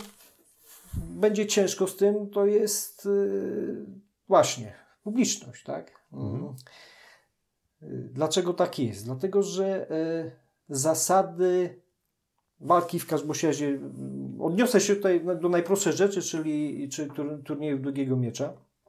będzie ciężko z tym, to jest yy, właśnie publiczność, tak? Mhm. Yy, dlaczego tak jest? Dlatego, że yy, zasady walki w każdym razie, odniosę się tutaj do najprostszej rzeczy, czyli, czyli turniejów długiego miecza.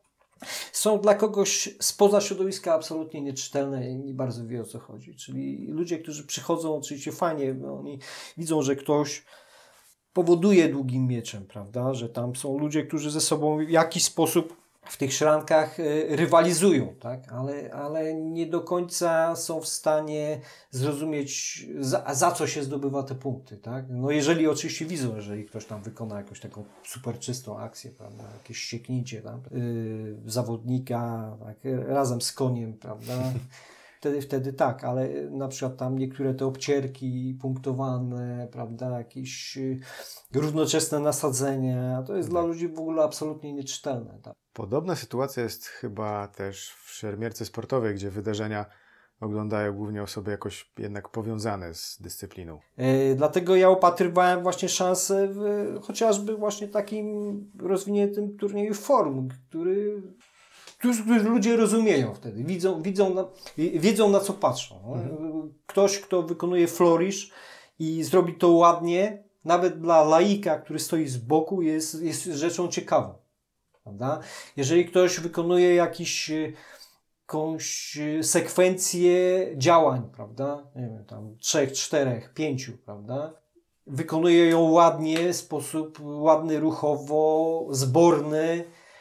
Są dla kogoś spoza środowiska absolutnie nieczytelne i nie bardzo wie, o co chodzi. Czyli ludzie, którzy przychodzą, oczywiście fajnie, bo oni widzą, że ktoś powoduje długim mieczem, prawda? Że tam są ludzie, którzy ze sobą w jakiś sposób w tych szrankach rywalizują, tak? Ale, ale nie do końca są w stanie zrozumieć, za, za co się zdobywa te punkty, tak? No jeżeli oczywiście widzą, jeżeli ktoś tam wykona jakąś taką super czystą akcję, prawda? Jakieś ścieknięcie tam, yy, zawodnika, tak? Razem z koniem, prawda? Wtedy, wtedy tak, ale na przykład tam niektóre te obcierki punktowane, prawda, jakieś równoczesne nasadzenia, to jest tak dla ludzi w ogóle absolutnie nieczytelne. Tak. Podobna sytuacja jest chyba też w szermierce sportowej, gdzie wydarzenia oglądają głównie osoby jakoś jednak powiązane z dyscypliną. Yy, dlatego ja upatrywałem właśnie szansę w chociażby właśnie takim rozwiniętym turnieju form, który... którzy ludzie rozumieją wtedy, widzą, widzą, na, wiedzą na co patrzą. Mhm. Ktoś, kto wykonuje flourish i zrobi to ładnie, nawet dla laika, który stoi z boku, jest, jest rzeczą ciekawą. Prawda? Jeżeli ktoś wykonuje jakiś jakąś sekwencję działań, prawda? Nie wiem, tam trzech, czterech, pięciu, prawda? Wykonuje ją ładnie, w sposób ładny, ruchowo, zborny,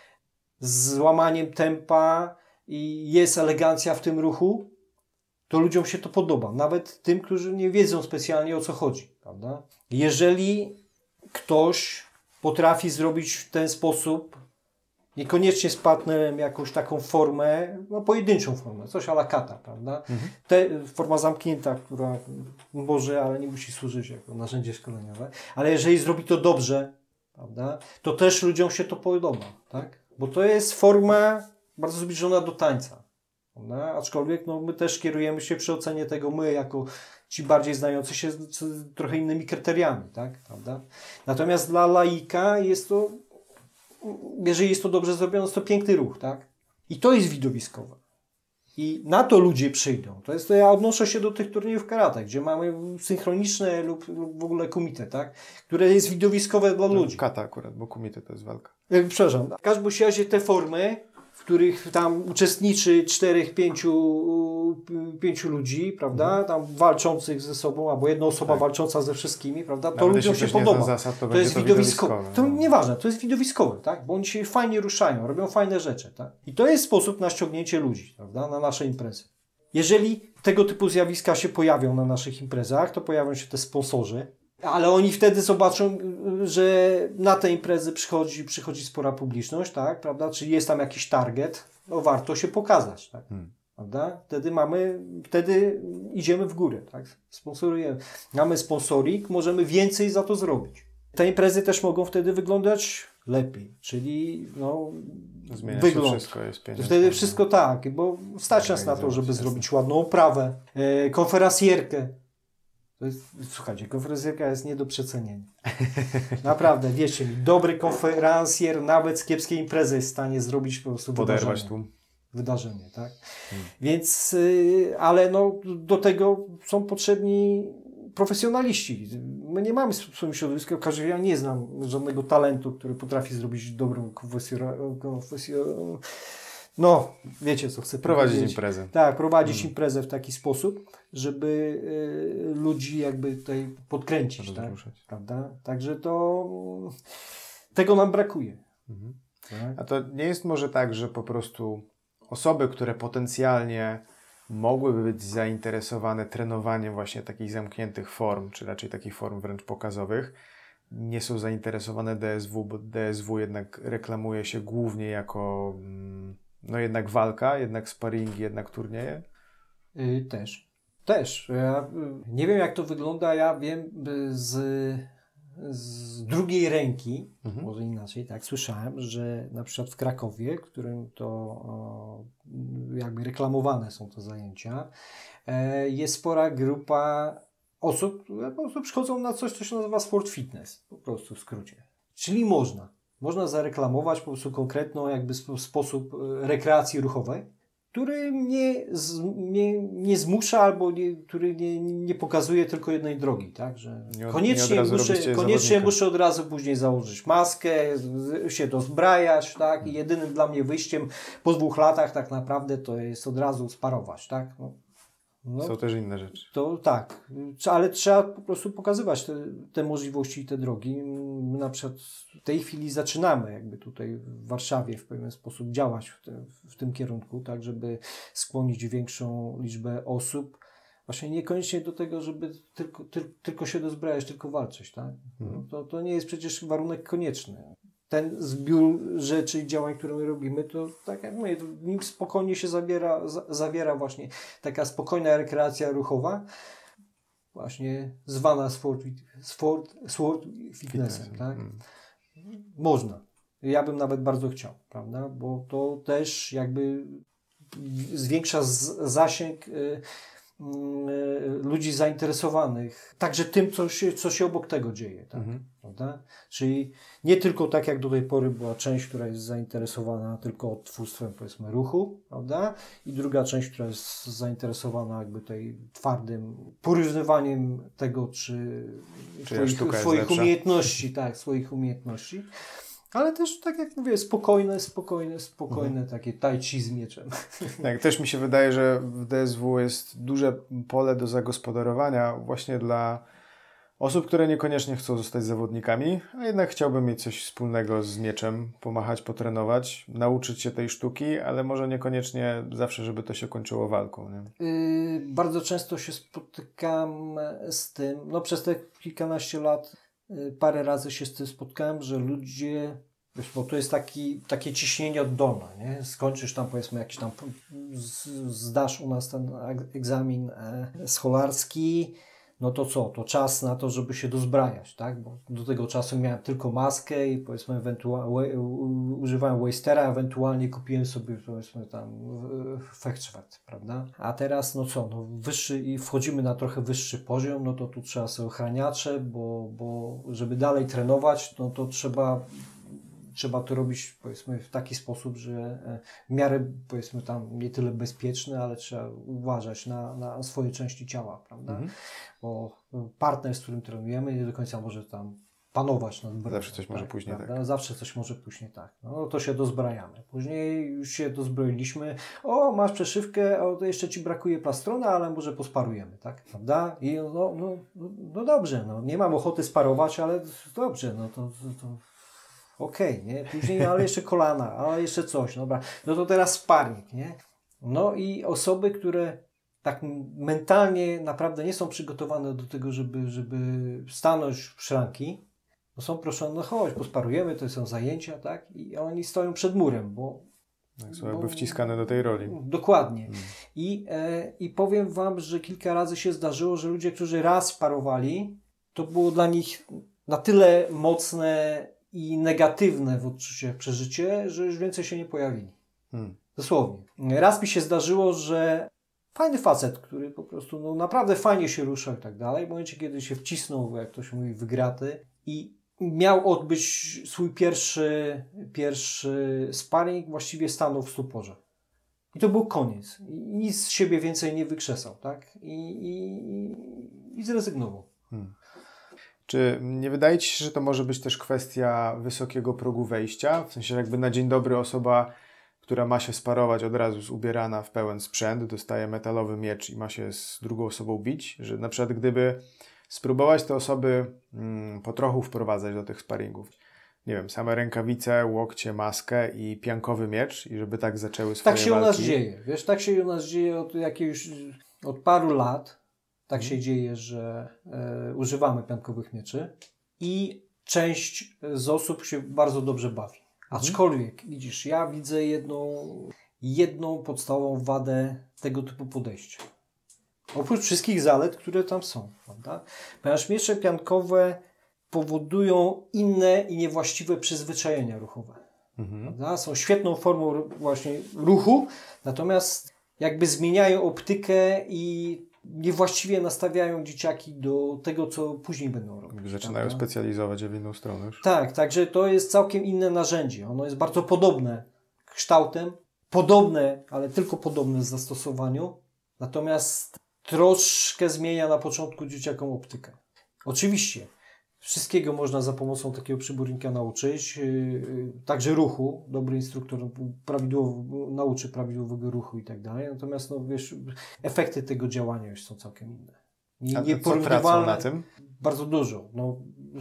z łamaniem tempa i jest elegancja w tym ruchu, to ludziom się to podoba. Nawet tym, którzy nie wiedzą specjalnie o co chodzi, prawda? Jeżeli ktoś potrafi zrobić w ten sposób, niekoniecznie z partnerem jakąś taką formę, no pojedynczą formę, coś a la kata, prawda? Mhm. Te, forma zamknięta, która może, ale nie musi służyć jako narzędzie szkoleniowe, ale jeżeli zrobi to dobrze, prawda, to też ludziom się to podoba, tak? Bo to jest forma bardzo zbliżona do tańca, prawda? Aczkolwiek no, my też kierujemy się przy ocenie tego, my jako ci bardziej znający się z, z trochę innymi kryteriami, tak? Prawda? Natomiast dla laika jest to, jeżeli jest to dobrze zrobione, jest to piękny ruch, tak? I to jest widowiskowe. I na to ludzie przyjdą. To jest to, ja odnoszę się do tych turniejów karate, gdzie mamy synchroniczne lub, lub w ogóle kumite, tak? Które jest widowiskowe dla ludzi. Kata akurat, bo kumite to jest walka. E, przepraszam. W każdym razie te formy, w których tam uczestniczy czterech, pięciu, pięciu ludzi, prawda? Mhm. Tam walczących ze sobą, albo jedna osoba tak. walcząca ze wszystkimi, prawda? To nawet ludziom się podoba. Zasad, to to jest to widowiskowe. widowiskowe. To nieważne, to jest widowiskowe, tak? Bo oni się fajnie ruszają, robią fajne rzeczy, tak? I to jest sposób na ściągnięcie ludzi, prawda? Na nasze imprezy. Jeżeli tego typu zjawiska się pojawią na naszych imprezach, to pojawią się te sponsorzy, ale oni wtedy zobaczą, że na te imprezy przychodzi, przychodzi spora publiczność, tak, prawda? Czyli jest tam jakiś target, no warto się pokazać, tak, hmm. prawda? Wtedy mamy, wtedy idziemy w górę, tak, sponsorujemy. Mamy sponsoring, możemy więcej za to zrobić. Te imprezy też mogą wtedy wyglądać lepiej, czyli no zmienia wygląd. Się wszystko, jest pieniądze. Wtedy wszystko tak, bo stać nas na to, żeby jasne. zrobić ładną oprawę, e, konferencjerkę. To jest, słuchajcie, konferencjerka jest nie do przecenienia. Naprawdę, wierzcie mi, dobry konferencjer nawet z kiepskiej imprezy jest w stanie zrobić po prostu Poderwać wydarzenie. tłum. Wydarzenie, tak? Hmm. Więc, y, ale no, do tego są potrzebni profesjonaliści. My nie mamy w swoim środowisku, każdy, ja nie znam żadnego talentu, który potrafi zrobić dobrą konferencję. No, wiecie co chcę prowadzić powiedzieć. imprezę. Tak, prowadzić hmm. imprezę w taki sposób, żeby y, ludzi jakby tutaj podkręcić, tak? Prawda? Także to tego nam brakuje. Mhm. Tak? A to nie jest może tak, że po prostu osoby, które potencjalnie mogłyby być zainteresowane trenowaniem właśnie takich zamkniętych form, czy raczej takich form wręcz pokazowych, nie są zainteresowane D S W, bo D S W jednak reklamuje się głównie jako no jednak walka, jednak sparingi, jednak turnieje? Yy, też. Też. Ja nie wiem, jak to wygląda. Ja wiem z, z drugiej ręki, mhm. może inaczej, tak, słyszałem, że na przykład w Krakowie, w którym to o, jakby reklamowane są te zajęcia, e, jest spora grupa osób, które po prostu przychodzą na coś, co się nazywa sport fitness, po prostu w skrócie. Czyli można. Można zareklamować po prostu konkretną jakby sposób rekreacji ruchowej, który nie, z, nie, nie zmusza albo nie, który nie, nie pokazuje tylko jednej drogi, tak? Że nie od, koniecznie, nie muszę, koniecznie muszę od razu później założyć maskę, się dozbrajać, tak? I jedynym dla mnie wyjściem po dwóch latach tak naprawdę to jest od razu sparować, tak? No. No, są też inne rzeczy. To tak, ale trzeba po prostu pokazywać te, te możliwości i te drogi. My na przykład w tej chwili zaczynamy jakby tutaj w Warszawie w pewien sposób działać w, te, w tym kierunku, tak, żeby skłonić większą liczbę osób. Właśnie niekoniecznie do tego, żeby tylko, ty, tylko się dozbrajać, tylko walczyć, tak? Hmm. To, to nie jest przecież warunek konieczny. Ten zbiór rzeczy i działań, które my robimy, to tak jak mówię, w nim spokojnie się zabiera, za, zawiera właśnie taka spokojna rekreacja ruchowa, właśnie zwana sport, sport, sport fitnessem, Fitness. tak? Mm. Można. Ja bym nawet bardzo chciał, prawda? Bo to też jakby zwiększa z, zasięg y, y, ludzi zainteresowanych, także tym, co się, co się obok tego dzieje, tak? Mm-hmm. Prawda? Czyli nie tylko tak jak do tej pory była część, która jest zainteresowana tylko odtwórstwem, powiedzmy, ruchu, prawda? I druga część, która jest zainteresowana jakby tej twardym porównywaniem tego, czy, czy swoich, swoich umiejętności, tak, swoich umiejętności. Ale też, tak jak mówię, spokojne, spokojne, spokojne, Mhm. takie tai chi z mieczem. Tak, też mi się wydaje, że w D S W jest duże pole do zagospodarowania właśnie dla osób, które niekoniecznie chcą zostać zawodnikami, a jednak chciałby mieć coś wspólnego z mieczem, pomachać, potrenować, nauczyć się tej sztuki, ale może niekoniecznie zawsze, żeby to się kończyło walką. Nie? Yy, bardzo często się spotykam z tym, no przez te kilkanaście lat yy, parę razy się z tym spotkałem, że ludzie, wiesz, bo to jest taki, takie ciśnienie oddolne, nie? Skończysz tam powiedzmy jakiś tam, z, zdasz u nas ten egzamin e, scholarski, no to co? To czas na to, żeby się dozbrajać, tak? Bo do tego czasu miałem tylko maskę i powiedzmy ewentualnie używałem Wastera, ewentualnie kupiłem sobie powiedzmy tam Fechtschwert, prawda? A teraz no co? No wyższy i wchodzimy na trochę wyższy poziom, no to tu trzeba sobie ochraniacze, bo, bo żeby dalej trenować, no to trzeba Trzeba to robić, powiedzmy, w taki sposób, że w miarę, powiedzmy, tam nie tyle bezpieczny, ale trzeba uważać na, na swoje części ciała, prawda? Mhm. Bo partner, z którym trenujemy, nie do końca może tam panować nad bronią. Zawsze coś tak, może później prawda? tak. Zawsze coś może później tak. No to się dozbrajamy. Później już się dozbroiliśmy. O, masz przeszywkę, o, to jeszcze Ci brakuje plastrona, ale może posparujemy, tak? Prawda? I no, no, no dobrze, no nie mam ochoty sparować, ale dobrze, no to... to, to Okej, okay, nie? Później, ale jeszcze kolana, ale jeszcze coś, dobra. No to teraz sparring, nie? No i osoby, które tak mentalnie naprawdę nie są przygotowane do tego, żeby, żeby stanąć w szranki, no są proszone, no chodź, posparujemy, to są zajęcia, tak? I oni stoją przed murem, bo... Tak, są jakby wciskane do tej roli. Dokładnie. Hmm. I, e, I powiem Wam, że kilka razy się zdarzyło, że ludzie, którzy raz sparowali, to było dla nich na tyle mocne i negatywne w odczuciu przeżycie, że już więcej się nie pojawili. Hmm. Dosłownie. Raz mi się zdarzyło, że fajny facet, który po prostu no, naprawdę fajnie się ruszał i tak dalej, w momencie, kiedy się wcisnął, jak to się mówi, wygraty i miał odbyć swój pierwszy, pierwszy sparring, właściwie stanął w stuporze. I to był koniec. I nic z siebie więcej nie wykrzesał, tak? I, i, i zrezygnował. Hmm. Czy nie wydaje Ci się, że to może być też kwestia wysokiego progu wejścia? W sensie jakby na dzień dobry osoba, która ma się sparować od razu z ubierana w pełen sprzęt, dostaje metalowy miecz i ma się z drugą osobą bić, że na przykład gdyby spróbować te osoby mm, po trochu wprowadzać do tych sparingów, nie wiem, same rękawice, łokcie, maskę i piankowy miecz i żeby tak zaczęły swoje walki. Tak się walki. u nas dzieje, wiesz, tak się u nas dzieje od jakiegoś, od paru lat. Tak się dzieje, że e, używamy piankowych mieczy i część z osób się bardzo dobrze bawi. Aczkolwiek, widzisz, ja widzę jedną, jedną podstawową wadę tego typu podejścia. Oprócz wszystkich zalet, które tam są, prawda? Ponieważ miecze piankowe powodują inne i niewłaściwe przyzwyczajenia ruchowe. Mhm. Prawda? Są świetną formą właśnie ruchu, natomiast jakby zmieniają optykę i niewłaściwie nastawiają dzieciaki do tego, co później będą robić. Zaczynają prawda? Specjalizować w inną stronę już. Tak, także to jest całkiem inne narzędzie. Ono jest bardzo podobne kształtem, podobne, ale tylko podobne w zastosowaniu, natomiast troszkę zmienia na początku dzieciakom optykę. Oczywiście, wszystkiego można za pomocą takiego przybornika nauczyć, yy, także ruchu. Dobry instruktor prawidłowo, nauczy prawidłowego ruchu i tak dalej. Natomiast no, wiesz, efekty tego działania już są całkiem inne. Nie, A nie co tracą na tym? Bardzo dużo. No,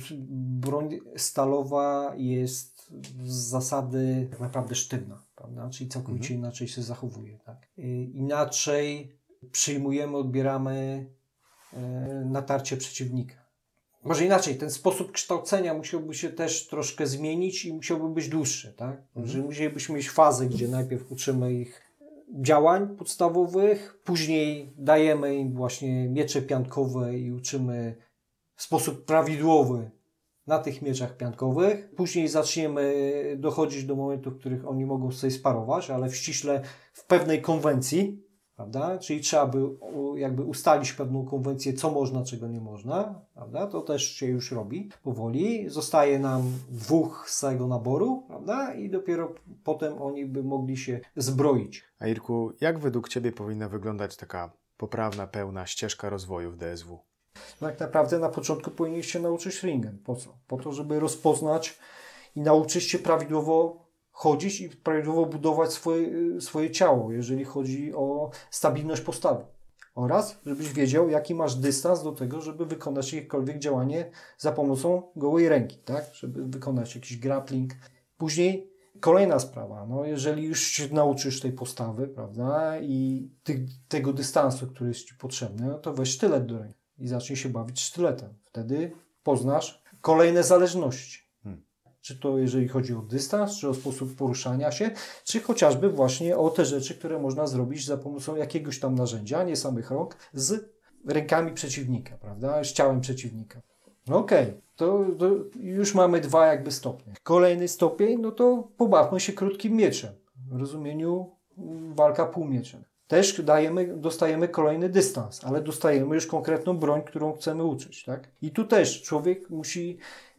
broń stalowa jest z zasady tak naprawdę sztywna, prawda? Czyli całkowicie mhm. inaczej się zachowuje. Tak? Yy, inaczej przyjmujemy, odbieramy yy, natarcie przeciwnika. Może inaczej, ten sposób kształcenia musiałby się też troszkę zmienić i musiałby być dłuższy, tak? Mhm. Że musielibyśmy mieć fazę, gdzie najpierw uczymy ich działań podstawowych, później dajemy im właśnie miecze piankowe i uczymy w sposób prawidłowy na tych mieczach piankowych. Później zaczniemy dochodzić do momentu, w których oni mogą sobie sparować, ale w ściśle w pewnej konwencji, prawda? Czyli trzeba by jakby ustalić pewną konwencję, co można, czego nie można, prawda? To też się już robi powoli. Zostaje nam dwóch z całego naboru, prawda? I dopiero potem oni by mogli się zbroić. A Irku, jak według Ciebie powinna wyglądać taka poprawna, pełna ścieżka rozwoju w D S W? Tak naprawdę na początku powinniście nauczyć ringen. Po co? Po to, żeby rozpoznać i nauczyć się prawidłowo chodzić i prawidłowo budować swoje, swoje ciało, jeżeli chodzi o stabilność postawy. Oraz, żebyś wiedział, jaki masz dystans do tego, żeby wykonać jakiekolwiek działanie za pomocą gołej ręki, tak? Żeby wykonać jakiś grappling. Później kolejna sprawa, no jeżeli już się nauczysz tej postawy, prawda, i ty, tego dystansu, który jest ci potrzebny, no to weź sztylet do ręki i zacznij się bawić sztyletem. Wtedy poznasz kolejne zależności. Hmm. Czy to jeżeli chodzi o dystans, czy o sposób poruszania się, czy chociażby właśnie o te rzeczy, które można zrobić za pomocą jakiegoś tam narzędzia, nie samych rąk, z rękami przeciwnika, prawda, z ciałem przeciwnika. Okej, okay. to, to już mamy dwa jakby stopnie. Kolejny stopień, no to pobawmy się krótkim mieczem. W rozumieniu walka półmieczem. Też dajemy, dostajemy kolejny dystans, ale dostajemy już konkretną broń, którą chcemy uczyć, tak? I tu też człowiek musi,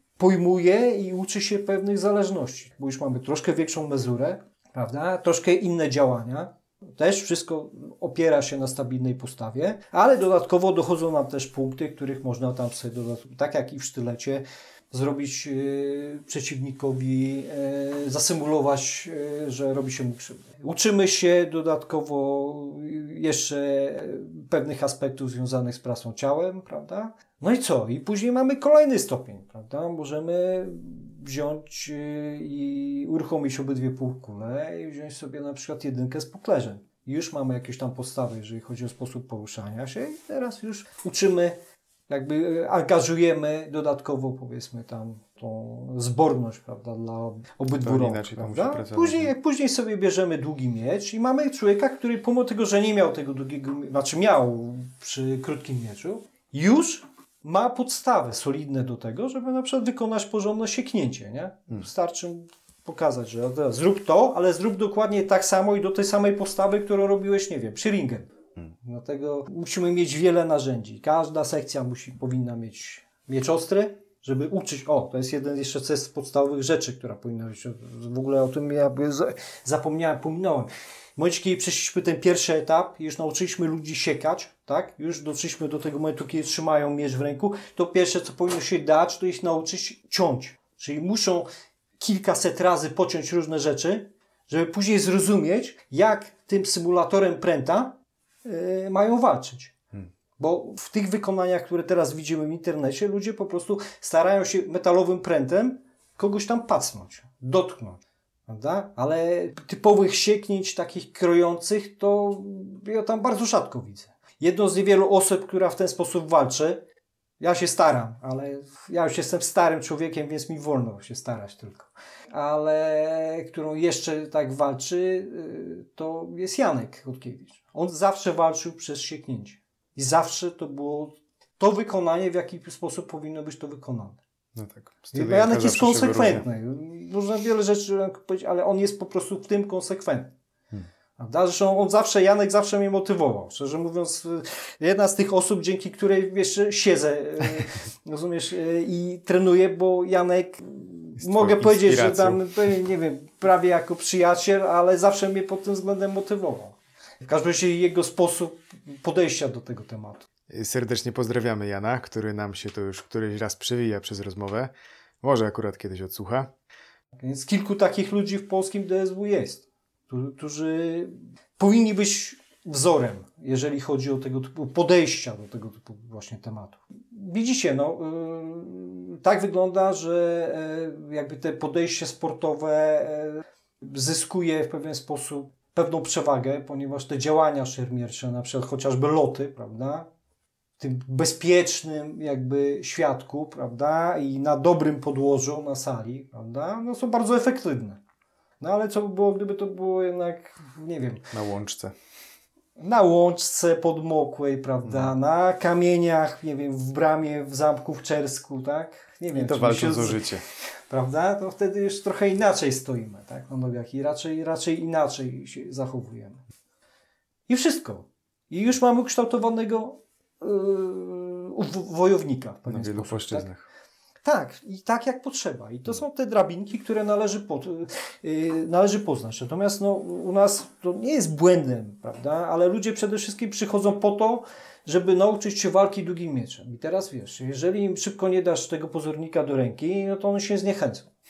pojmuje i uczy się pewnych zależności, bo już mamy troszkę większą mezurę, prawda? Troszkę inne działania. Też wszystko opiera się na stabilnej postawie, ale dodatkowo dochodzą nam też punkty, których można tam sobie dodatkowo, tak jak i w sztylecie, zrobić yy, przeciwnikowi, yy, zasymulować, yy, że robi się mu krzywdę. Uczymy się dodatkowo jeszcze pewnych aspektów związanych z pracą ciałem, prawda? No i co? I później mamy kolejny stopień, prawda? Możemy wziąć yy, i uruchomić obydwie półkule i wziąć sobie na przykład jedynkę z puklerzem. I już mamy jakieś tam podstawy, jeżeli chodzi o sposób poruszania się i teraz już uczymy, jakby angażujemy dodatkowo, powiedzmy tam, tą zborność, prawda, dla obydwu rąk, prawda? Później, później sobie bierzemy długi miecz i mamy człowieka, który pomimo tego, że nie miał tego długiego, znaczy miał przy krótkim mieczu, już ma podstawy solidne do tego, żeby na przykład wykonać porządne sieknięcie, nie? Hmm. Wystarczy pokazać, że teraz zrób to, ale zrób dokładnie tak samo i do tej samej postawy, którą robiłeś, nie wiem, przy ringem. Hmm. Dlatego musimy mieć wiele narzędzi. Każda sekcja musi, powinna mieć miecz ostry, żeby uczyć. O, to jest jeden jeszcze z podstawowych rzeczy, która powinna być. W ogóle o tym ja zapomniałem, pominąłem. W momencie, kiedy przeszliśmy ten pierwszy etap, już nauczyliśmy ludzi siekać, tak? Już doszliśmy do tego momentu, kiedy trzymają miecz w ręku, to pierwsze, co powinno się dać, to jest nauczyć ciąć. Czyli muszą kilkaset razy pociąć różne rzeczy, żeby później zrozumieć, jak tym symulatorem pręta yy, mają walczyć. Hmm. Bo w tych wykonaniach, które teraz widzimy w internecie, ludzie po prostu starają się metalowym prętem kogoś tam pacnąć, dotknąć. Prawda? Ale typowych sieknięć takich krojących to ja tam bardzo rzadko widzę. Jedną z niewielu osób, która w ten sposób walczy, ja się staram, ale ja już jestem starym człowiekiem, więc mi wolno się starać tylko. Ale którą jeszcze tak walczy, to jest Janek Chodkiewicz. On zawsze walczył przez sieknięcie. I zawsze to było to wykonanie, w jaki sposób powinno być to wykonane. No tak. Janek jest konsekwentny. Można wiele rzeczy powiedzieć, ale on jest po prostu w tym konsekwentny. Hmm. Zresztą on zawsze, Janek zawsze mnie motywował. Szczerze mówiąc, jedna z tych osób, dzięki której wiesz, siedzę, rozumiesz, i trenuję, bo Janek, jest mogę powiedzieć, że tam, nie wiem, prawie jako przyjaciel, ale zawsze mnie pod tym względem motywował. W każdym razie jego sposób podejścia do tego tematu. Serdecznie pozdrawiamy Jana, który nam się to już któryś raz przywija przez rozmowę. Może akurat kiedyś odsłucha. Więc kilku takich ludzi w polskim D S W jest, którzy powinni być wzorem, jeżeli chodzi o tego typu podejścia do tego typu właśnie tematu. Widzicie, no, yy, tak wygląda, że yy, jakby te podejście sportowe yy, zyskuje w pewien sposób pewną przewagę, ponieważ te działania szermiercze, na przykład chociażby loty, prawda, w tym bezpiecznym jakby świadku, prawda, i na dobrym podłożu, na sali, prawda, no są bardzo efektywne. No ale co by było, gdyby to było jednak, nie wiem... Na łączce. Na łączce podmokłej, prawda, no. Na kamieniach, nie wiem, w bramie, w zamku w Czersku, tak? Nie wiem. I to walcząc o życie. Prawda? To wtedy już trochę inaczej stoimy, tak? Na nogach i raczej, raczej inaczej się zachowujemy. I wszystko. I już mamy ukształtowanego yy, wojownika w pewien na wielu sposób, płaszczyznach. Tak? Tak, i tak jak potrzeba. I to są te drabinki, które należy, pod, yy, należy poznać. Natomiast no, u nas to nie jest błędem, prawda? Ale ludzie przede wszystkim przychodzą po to, żeby nauczyć się walki długim mieczem. I teraz wiesz, jeżeli im szybko nie dasz tego pozornika do ręki, no to one się zniechęcą.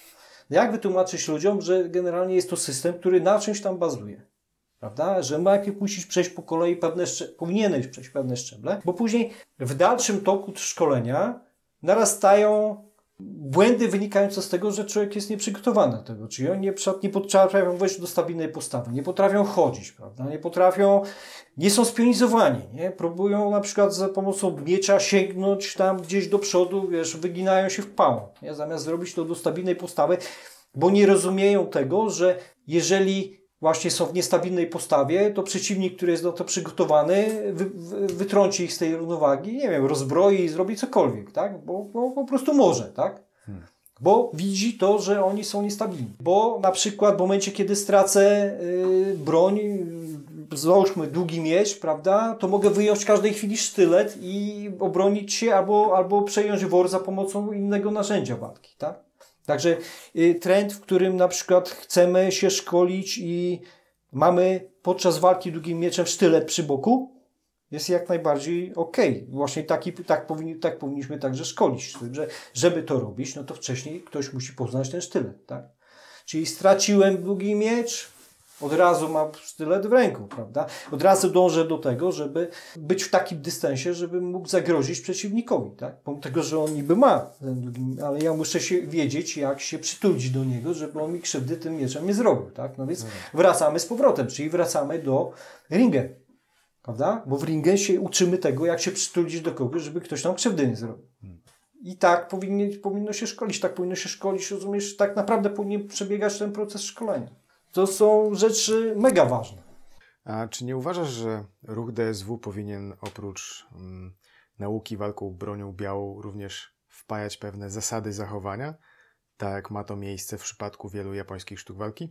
Jak wytłumaczyć ludziom, że generalnie jest to system, który na czymś tam bazuje? Prawda? Że najpierw musisz przejść po kolei pewne szczeble, powinieneś przejść pewne szczeble, bo później w dalszym toku szkolenia narastają błędy wynikające z tego, że człowiek jest nieprzygotowany do tego. Czyli oni nie potrafią wejść do stabilnej postawy, nie potrafią chodzić, prawda? Nie potrafią, nie są spionizowani, nie? Próbują na przykład za pomocą miecza sięgnąć tam gdzieś do przodu, wiesz, wyginają się w pałę, nie? Zamiast zrobić to do stabilnej postawy, bo nie rozumieją tego, że jeżeli właśnie są w niestabilnej postawie, to przeciwnik, który jest na to przygotowany, wy, wy, wytrąci ich z tej równowagi, nie wiem, rozbroi i zrobi cokolwiek, tak? Bo, bo po prostu może, tak? Hmm. Bo widzi to, że oni są niestabilni. Bo na przykład w momencie, kiedy stracę yy, broń, yy, załóżmy długi miecz, prawda, to mogę wyjąć w każdej chwili sztylet i obronić się albo, albo przejąć wor za pomocą innego narzędzia walki, tak? Także y, trend, w którym na przykład chcemy się szkolić i mamy podczas walki długim mieczem sztylet przy boku, jest jak najbardziej okej. Okay. Właśnie taki, tak, powinni, tak powinniśmy także szkolić. Że, żeby to robić, no to wcześniej ktoś musi poznać ten sztylet. Tak? Czyli straciłem długi miecz, od razu mam sztylet w ręku, prawda? Od razu dążę do tego, żeby być w takim dystansie, żeby mógł zagrozić przeciwnikowi, tak? Pomimo tego, że on niby ma, ale ja muszę się wiedzieć, jak się przytulić do niego, żeby on mi krzywdy tym mieczem nie zrobił, tak? No więc wracamy z powrotem, czyli wracamy do ringen, prawda? Bo w ringen się uczymy tego, jak się przytulić do kogoś, żeby ktoś nam krzywdy nie zrobił. I tak powinno, powinno się szkolić, tak powinno się szkolić, rozumiesz? Tak naprawdę powinien przebiegać ten proces szkolenia. To są rzeczy mega ważne. A czy nie uważasz, że ruch D S W powinien oprócz um, nauki walką bronią białą również wpajać pewne zasady zachowania, tak jak ma to miejsce w przypadku wielu japońskich sztuk walki?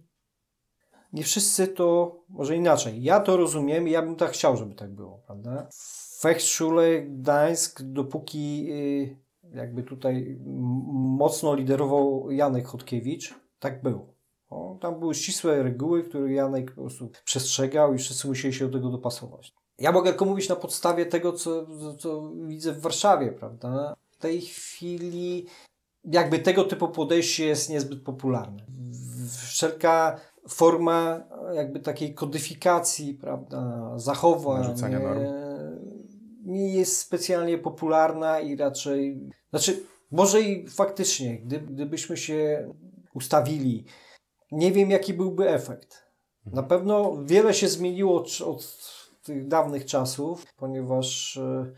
Nie wszyscy to, może inaczej. Ja to rozumiem i ja bym tak chciał, żeby tak było, prawda? W Fechtschule Gdańsk, dopóki y, jakby tutaj mocno liderował Janek Chodkiewicz, tak było. O, tam były ścisłe reguły, które Janek po prostu przestrzegał i wszyscy musieli się do tego dopasować. Ja mogę tylko mówić na podstawie tego, co, co widzę w Warszawie, prawda? W tej chwili jakby tego typu podejście jest niezbyt popularne. Wszelka forma jakby takiej kodyfikacji, prawda, zachowań narzucania norm nie jest specjalnie popularna i raczej, znaczy może i faktycznie, gdy, gdybyśmy się ustawili, nie wiem, jaki byłby efekt. Na pewno wiele się zmieniło od, od tych dawnych czasów, ponieważ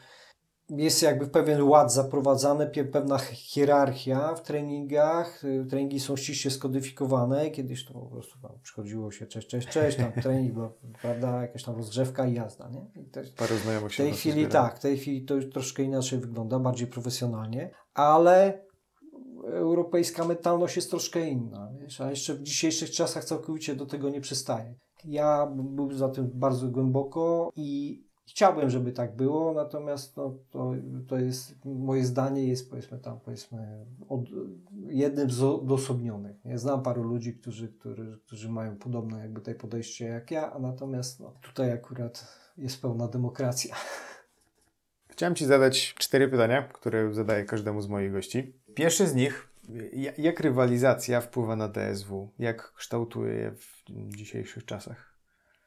jest jakby pewien ład zaprowadzany, pewna hierarchia w treningach. Treningi są ściśle skodyfikowane. Kiedyś to po prostu tam przychodziło się cześć, cześć, cześć, tam trening, bo, prawda, jakaś tam rozgrzewka i jazda. Nie? I też, Parę znajomych się w tej chwili tak, w tej chwili to już troszkę inaczej wygląda, bardziej profesjonalnie, ale europejska mentalność jest troszkę inna, wiesz, a jeszcze w dzisiejszych czasach całkowicie do tego nie przystaje. Ja byłem za tym bardzo głęboko i chciałbym, żeby tak było, natomiast no, to, to jest, moje zdanie jest powiedzmy tam, powiedzmy od, jednym z odosobnionych. Ja znam paru ludzi, którzy, którzy, którzy mają podobne jakby tutaj podejście jak ja, a natomiast no, tutaj akurat jest pełna demokracja. Chciałem Ci zadać cztery pytania, które zadaję każdemu z moich gości. Pierwsze z nich, jak rywalizacja wpływa na D S W? Jak kształtuje je w dzisiejszych czasach?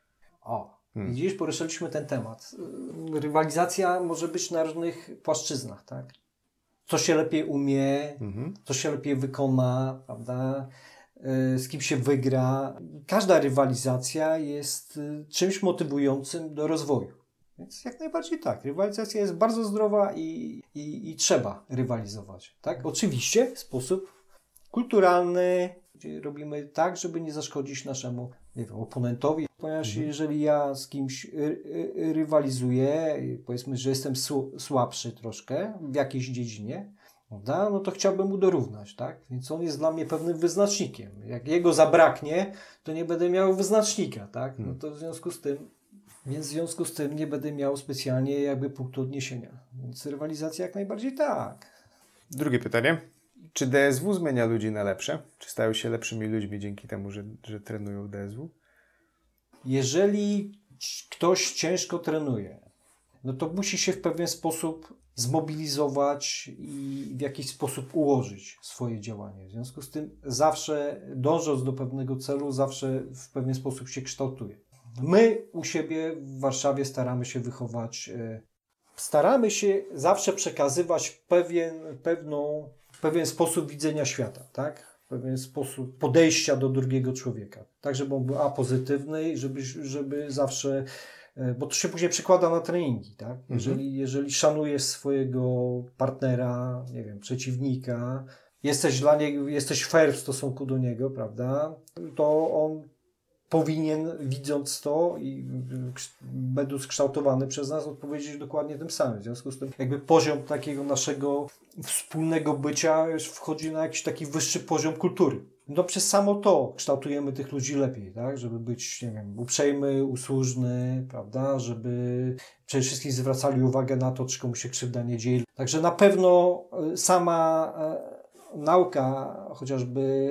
O, hmm. Widzisz, poruszyliśmy ten temat. Rywalizacja może być na różnych płaszczyznach, tak? Co się lepiej umie, mhm. co się lepiej wykona, prawda? Z kim się wygra. Każda rywalizacja jest czymś motywującym do rozwoju. Więc jak najbardziej tak. Rywalizacja jest bardzo zdrowa i, i, i trzeba rywalizować. Tak? Oczywiście w sposób kulturalny, gdzie robimy tak, żeby nie zaszkodzić naszemu, nie wiem, oponentowi. Ponieważ mhm. jeżeli ja z kimś ry, ry, rywalizuję, powiedzmy, że jestem słabszy troszkę w jakiejś dziedzinie, prawda? No to chciałbym mu dorównać. Tak? Więc on jest dla mnie pewnym wyznacznikiem. Jak jego zabraknie, to nie będę miał wyznacznika. Tak? No to w związku z tym Więc w związku z tym nie będę miał specjalnie jakby punktu odniesienia. Więc rywalizacja jak najbardziej tak. Drugie pytanie. Czy D S W zmienia ludzi na lepsze? Czy stają się lepszymi ludźmi dzięki temu, że, że trenują D S W? Jeżeli ktoś ciężko trenuje, no to musi się w pewien sposób zmobilizować i w jakiś sposób ułożyć swoje działanie. W związku z tym zawsze dążąc do pewnego celu, zawsze w pewien sposób się kształtuje. My u siebie w Warszawie staramy się wychować, staramy się zawsze przekazywać pewien, pewną, pewien sposób widzenia świata, tak? Pewien sposób podejścia do drugiego człowieka. Tak, żeby on był a pozytywny, żeby, żeby zawsze, bo to się później przekłada na treningi, tak? Mhm. Jeżeli, jeżeli szanujesz swojego partnera, nie wiem, przeciwnika, jesteś dla niego, jesteś fair w stosunku do niego, prawda? To on powinien, widząc to i będąc kształtowany przez nas, odpowiedzieć dokładnie tym samym. W związku z tym jakby poziom takiego naszego wspólnego bycia już wchodzi na jakiś taki wyższy poziom kultury. No przez samo to kształtujemy tych ludzi lepiej, tak? Żeby być, nie wiem, uprzejmy, usłużny, prawda? Żeby przede wszystkim zwracali uwagę na to, czy komuś się krzywda nie dzieje. Także na pewno sama nauka chociażby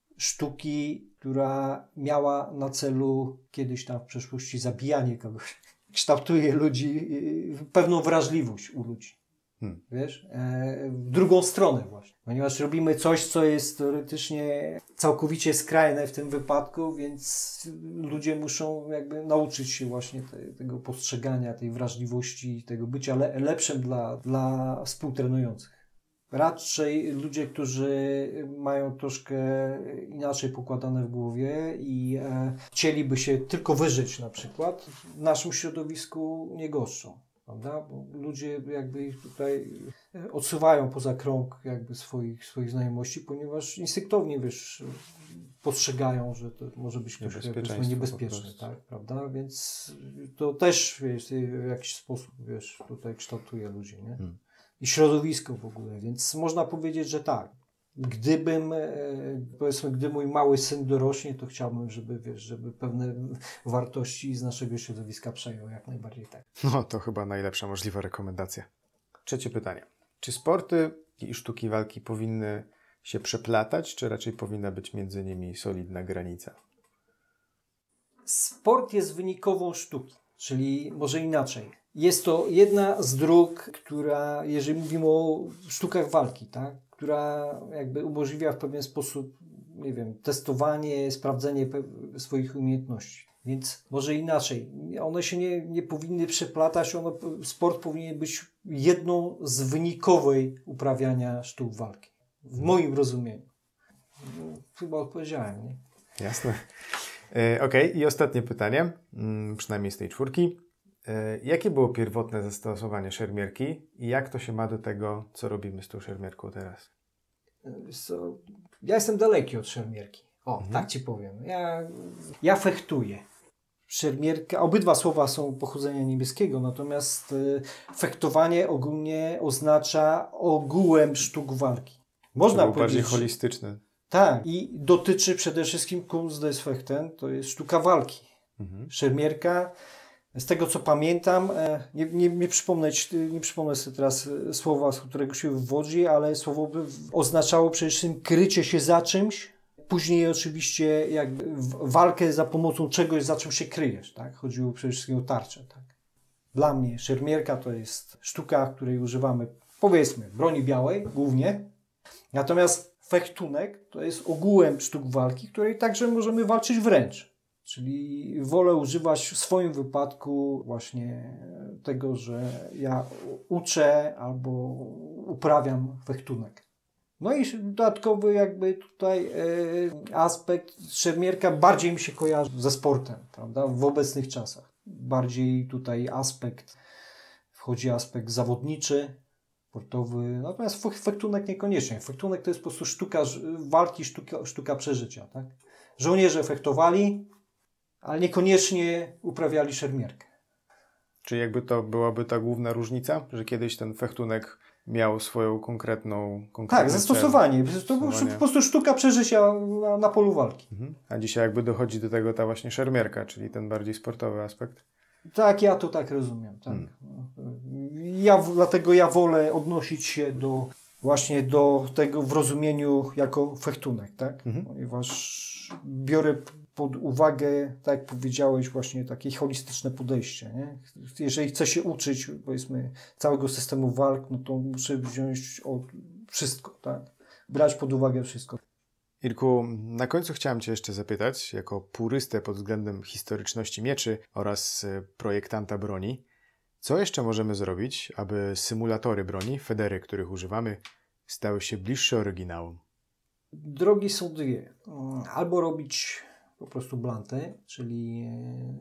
sztuki, która miała na celu kiedyś tam w przeszłości zabijanie kogoś, kształtuje ludzi, pewną wrażliwość u ludzi. Hmm. Wiesz? E, w drugą stronę właśnie. Ponieważ robimy coś, co jest teoretycznie całkowicie skrajne w tym wypadku, więc ludzie muszą jakby nauczyć się właśnie te, tego postrzegania, tej wrażliwości, tego bycia le, lepszym dla, dla współtrenujących. Raczej ludzie, którzy mają troszkę inaczej pokładane w głowie i e, chcieliby się tylko wyżyć na przykład, w naszym środowisku nie goszczą, prawda? Bo ludzie jakby ich tutaj odsuwają poza krąg jakby swoich, swoich znajomości, ponieważ instynktownie, wiesz, postrzegają, że to może być ktoś niebezpieczny, tak, prawda? Więc to też, wiesz, w jakiś sposób, wiesz, tutaj kształtuje ludzi, nie? Hmm. I środowisko w ogóle, więc można powiedzieć, że tak. Gdybym, powiedzmy, gdy mój mały syn dorośnie, to chciałbym, żeby, wiesz, żeby pewne wartości z naszego środowiska przejął, jak najbardziej tak. No, to chyba najlepsza możliwa rekomendacja. Trzecie pytanie. Czy sporty i sztuki walki powinny się przeplatać, czy raczej powinna być między nimi solidna granica? Sport jest wynikową sztuki, czyli może inaczej. Jest to jedna z dróg, która, jeżeli mówimy o sztukach walki, tak, która jakby umożliwia w pewien sposób, nie wiem, testowanie, sprawdzenie swoich umiejętności. Więc może inaczej. One się nie, nie powinny przeplatać, one, sport powinien być jedną z wynikowej uprawiania sztuk walki. W moim rozumieniu. No, chyba odpowiedziałem, nie? Jasne. Yy, Okej, okay. I ostatnie pytanie, yy, przynajmniej z tej czwórki. Jakie było pierwotne zastosowanie szermierki i jak to się ma do tego, co robimy z tą szermierką teraz? So, ja jestem daleki od szermierki. O, mhm. tak ci powiem. Ja, ja fechtuję. Szermierka, obydwa słowa są pochodzenia niemieckiego, natomiast y, fechtowanie ogólnie oznacza ogółem sztuk walki. Można to powiedzieć, bardziej holistyczne. Tak, i dotyczy przede wszystkim Kunst des Fechten, to jest sztuka walki. Mhm. Szermierka, z tego co pamiętam, nie, nie, nie, przypomnę, nie przypomnę sobie teraz słowa, z którego się wywodzi, ale słowo oznaczało przede wszystkim krycie się za czymś, później oczywiście jakby walkę za pomocą czegoś, za czym się kryjesz, tak? Chodziło przede wszystkim o tarczę, tak? Dla mnie szermierka to jest sztuka, której używamy, powiedzmy, broni białej głównie, natomiast fechtunek to jest ogółem sztuk walki, której także możemy walczyć wręcz. Czyli wolę używać w swoim wypadku właśnie tego, że ja uczę albo uprawiam fechtunek. No i dodatkowy jakby tutaj e, aspekt szermierka bardziej mi się kojarzy ze sportem, prawda, w obecnych czasach. Bardziej tutaj aspekt, wchodzi aspekt zawodniczy, sportowy, natomiast fechtunek niekoniecznie. Fechtunek to jest po prostu sztuka walki, sztuka, sztuka przeżycia, tak? Żołnierze fechtowali, ale niekoniecznie uprawiali szermierkę. Czyli jakby to byłaby ta główna różnica, że kiedyś ten fechtunek miał swoją konkretną... Tak, zastosowanie. To była po prostu sztuka przeżycia na, na polu walki. Mhm. A dzisiaj jakby dochodzi do tego ta właśnie szermierka, czyli ten bardziej sportowy aspekt. Tak, ja to tak rozumiem. Tak. Hmm. Ja, dlatego ja wolę odnosić się do właśnie do tego w rozumieniu jako fechtunek, tak? Mhm. Ponieważ biorę pod uwagę, tak jak powiedziałeś, właśnie takie holistyczne podejście. Nie? Jeżeli chcę się uczyć, powiedzmy, całego systemu walk, no to muszę wziąć od wszystko, tak? Brać pod uwagę wszystko. Irku, na końcu chciałem Cię jeszcze zapytać, jako purystę pod względem historyczności mieczy oraz projektanta broni, co jeszcze możemy zrobić, aby symulatory broni, federy, których używamy, stały się bliższe oryginałom? Drogi są dwie. Albo robić po prostu blanty, czyli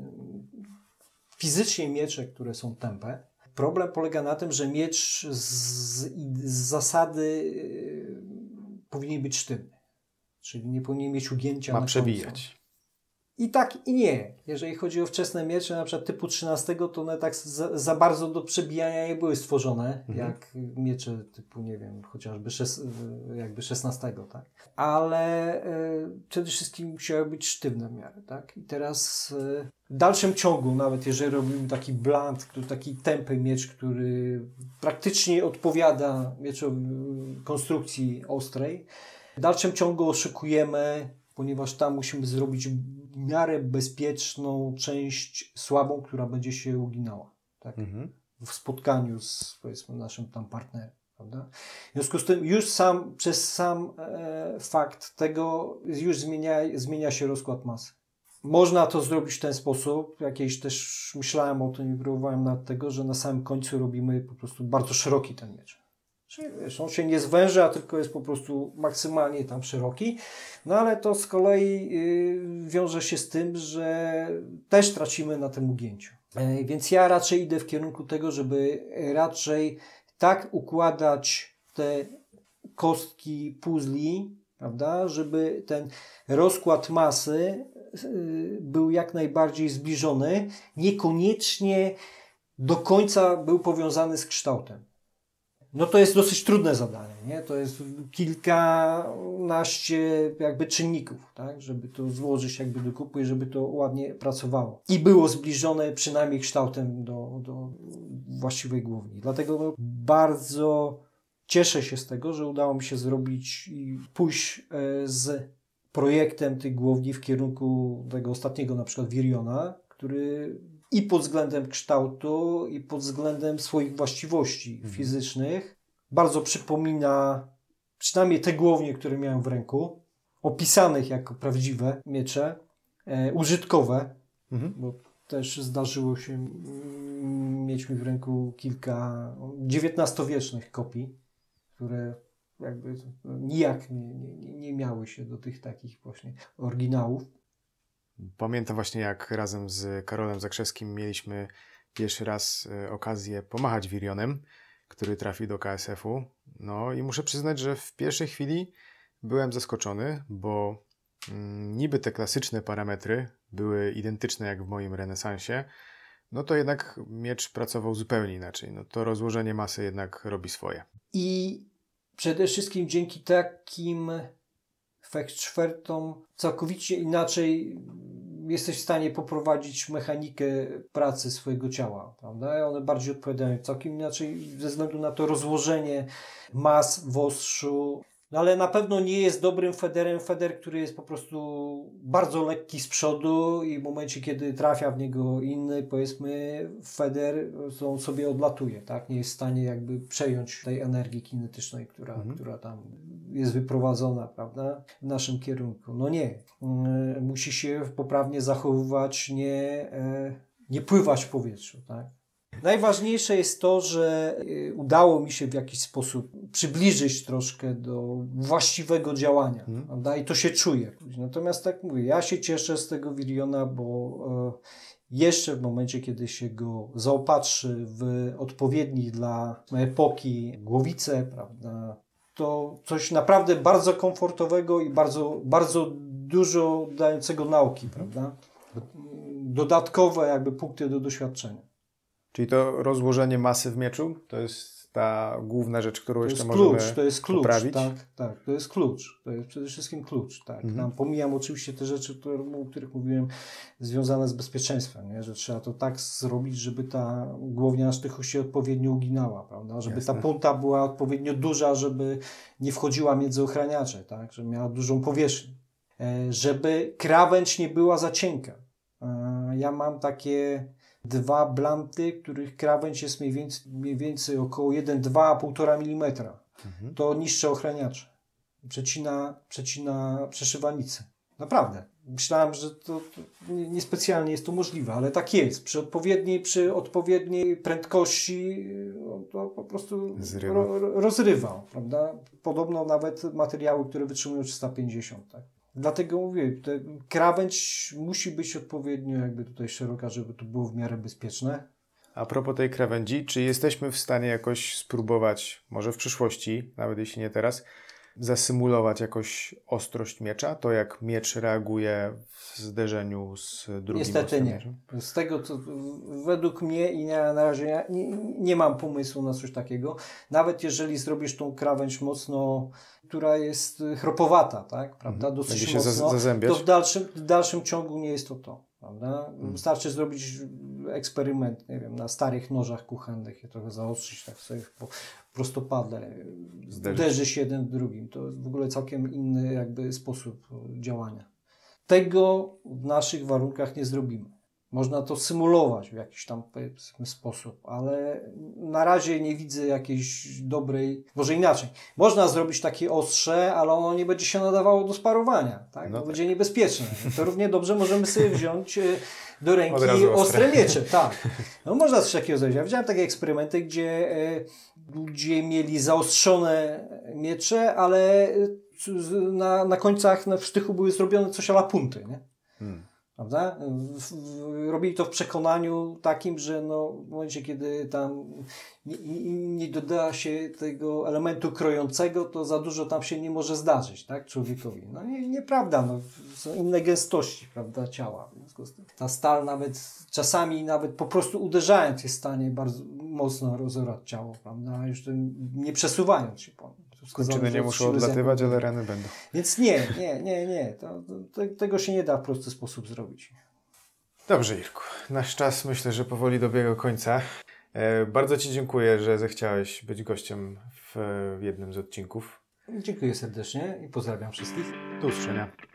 fizycznie miecze, które są tępe. Problem polega na tym, że miecz z, z zasady powinien być sztywny. Czyli nie powinien mieć ugięcia Ma na przebijać. końcu. I tak i nie. Jeżeli chodzi o wczesne miecze, na przykład typu trzynastego, to one tak za, za bardzo do przebijania nie były stworzone, mhm. jak miecze typu, nie wiem, chociażby szes, jakby szesnastego, tak? Ale y, przede wszystkim musiały być sztywne w miarę, tak? I teraz y, w dalszym ciągu, nawet jeżeli robimy taki blunt, który, taki tępy miecz, który praktycznie odpowiada mieczowi konstrukcji ostrej, w dalszym ciągu oszukujemy, ponieważ tam musimy zrobić w miarę bezpieczną część słabą, która będzie się uginała. Tak? Mhm. W spotkaniu z, powiedzmy, naszym tam partnerem. Prawda? W związku z tym już sam, przez sam e, fakt tego już zmienia, zmienia się rozkład masy. Można to zrobić w ten sposób. Jakieś też myślałem o tym i próbowałem nad tego, że na samym końcu robimy po prostu bardzo szeroki ten miecz. Czyli wiesz, on się nie zwęża, tylko jest po prostu maksymalnie tam szeroki. No ale to z kolei yy, wiąże się z tym, że też tracimy na tym ugięciu. Yy, więc ja raczej idę w kierunku tego, żeby raczej tak układać te kostki puzli, prawda, żeby ten rozkład masy yy, był jak najbardziej zbliżony, niekoniecznie do końca był powiązany z kształtem. No to jest dosyć trudne zadanie, nie? To jest kilkanaście jakby czynników, tak? Żeby to złożyć jakby do kupy i żeby to ładnie pracowało. I było zbliżone przynajmniej kształtem do, do właściwej głowni. Dlatego bardzo cieszę się z tego, że udało mi się zrobić i pójść z projektem tych głowni w kierunku tego ostatniego, na przykład Viriona, który i pod względem kształtu, i pod względem swoich właściwości mhm. fizycznych bardzo przypomina przynajmniej te głownie, które miałem w ręku, opisanych jako prawdziwe miecze, e, użytkowe, mhm. bo też zdarzyło się mm, mieć mi w ręku kilka dziewiętnastowiecznych kopii, które jakby nijak nie, nie, nie miały się do tych takich właśnie oryginałów. Pamiętam właśnie, jak razem z Karolem Zakrzewskim mieliśmy pierwszy raz okazję pomachać Virionem, który trafił do K S F-u. No i muszę przyznać, że w pierwszej chwili byłem zaskoczony, bo mm, niby te klasyczne parametry były identyczne jak w moim renesansie, no to jednak miecz pracował zupełnie inaczej. No to rozłożenie masy jednak robi swoje. I przede wszystkim dzięki takim Fechtschwertom całkowicie inaczej jesteś w stanie poprowadzić mechanikę pracy swojego ciała, prawda? One bardziej odpowiadają całkiem inaczej ze względu na to rozłożenie mas w ostrzu. No ale na pewno nie jest dobrym federem feder, który jest po prostu bardzo lekki z przodu i w momencie, kiedy trafia w niego inny, powiedzmy, feder, to on sobie odlatuje, tak? Nie jest w stanie jakby przejąć tej energii kinetycznej, która, mhm. która tam jest wyprowadzona, prawda? W naszym kierunku. No nie. Musi się poprawnie zachowywać, nie, nie pływać w powietrzu, tak? Najważniejsze jest to, że udało mi się w jakiś sposób przybliżyć troszkę do właściwego działania. Hmm. Prawda? I to się czuje. Natomiast tak mówię, ja się cieszę z tego Viriona, bo jeszcze w momencie, kiedy się go zaopatrzy w odpowiedni dla epoki głowice, prawda, to coś naprawdę bardzo komfortowego i bardzo, bardzo dużo dającego nauki, prawda? Dodatkowe jakby punkty do doświadczenia. Czyli to rozłożenie masy w mieczu to jest ta główna rzecz, którą to jeszcze jest możemy klucz, to jest klucz, poprawić? Tak, tak, to jest klucz. To jest przede wszystkim klucz. Tak. Mhm. Tam pomijam oczywiście te rzeczy, które, o których mówiłem, związane z bezpieczeństwem, nie? Że trzeba to tak zrobić, żeby ta głownia na sztychu się odpowiednio uginała, prawda? Żeby Jasne. Ta punta była odpowiednio duża, żeby nie wchodziła między ochraniacze, tak? Żeby miała dużą powierzchnię. żeby krawędź nie była za cienka. Ja mam takie dwa blanty, których krawędź jest mniej więcej, mniej więcej około jeden, dwa, półtora milimetra. Mhm. To niższe ochraniacze. Przecina, przecina przeszywanicę. Naprawdę. Myślałem, że to, to niespecjalnie jest to możliwe, ale tak jest. Przy odpowiedniej, przy odpowiedniej prędkości to po prostu ro, rozrywa. Prawda? Podobno nawet materiały, które wytrzymują trzysta pięćdziesiąt. Tak? Dlatego mówię, te krawędź musi być odpowiednio jakby tutaj szeroka, żeby to było w miarę bezpieczne. A propos tej krawędzi, czy jesteśmy w stanie jakoś spróbować, może w przyszłości, nawet jeśli nie teraz, zasymulować jakoś ostrość miecza? To jak miecz reaguje w zderzeniu z drugim Niestety nie. mieczem? Z tego, co według mnie i ja na razie ja nie, nie mam pomysłu na coś takiego. Nawet jeżeli zrobisz tą krawędź mocno, która jest chropowata, tak, prawda, dosyć Będzie się mocno, zazębiać. to w dalszym, w dalszym ciągu nie jest to to. Prawda? Hmm. Wystarczy zrobić eksperyment, nie wiem, na starych nożach kuchennych, je trochę zaostrzyć, tak sobie po prostopadle, uderzy się jeden w drugim. To jest w ogóle całkiem inny jakby sposób działania. Tego w naszych warunkach nie zrobimy. Można to symulować w jakiś tam sposób, ale na razie nie widzę jakiejś dobrej, może inaczej. Można zrobić takie ostrze, ale ono nie będzie się nadawało do sparowania, tak? No to tak. będzie niebezpieczne. To równie dobrze możemy sobie wziąć do ręki ostre. ostre miecze. Tak. No, można coś takiego zrobić. Ja widziałem takie eksperymenty, gdzie e, ludzie mieli zaostrzone miecze, ale na, na końcach, na sztychu były zrobione coś a la punty, nie? Hmm. Prawda? W, w, robili to w przekonaniu takim, że no, w momencie, kiedy tam nie, nie doda się tego elementu krojącego, to za dużo tam się nie może zdarzyć, tak, człowiekowi. No nie, nieprawda, no, są inne gęstości, prawda, ciała. W związku z tym ta stal nawet czasami nawet po prostu uderzając jest w stanie bardzo mocno rozorać ciało, prawda, już nie przesuwając się po nim. Kończyny nie muszą odlatywać, ale rany będą. Więc nie, nie, nie, nie. To, to, tego się nie da w prosty sposób zrobić. Dobrze, Irku. Nasz czas myślę, że powoli dobiega końca. E, bardzo Ci dziękuję, że zechciałeś być gościem w, w jednym z odcinków. Dziękuję serdecznie i pozdrawiam wszystkich. Do usłyszenia.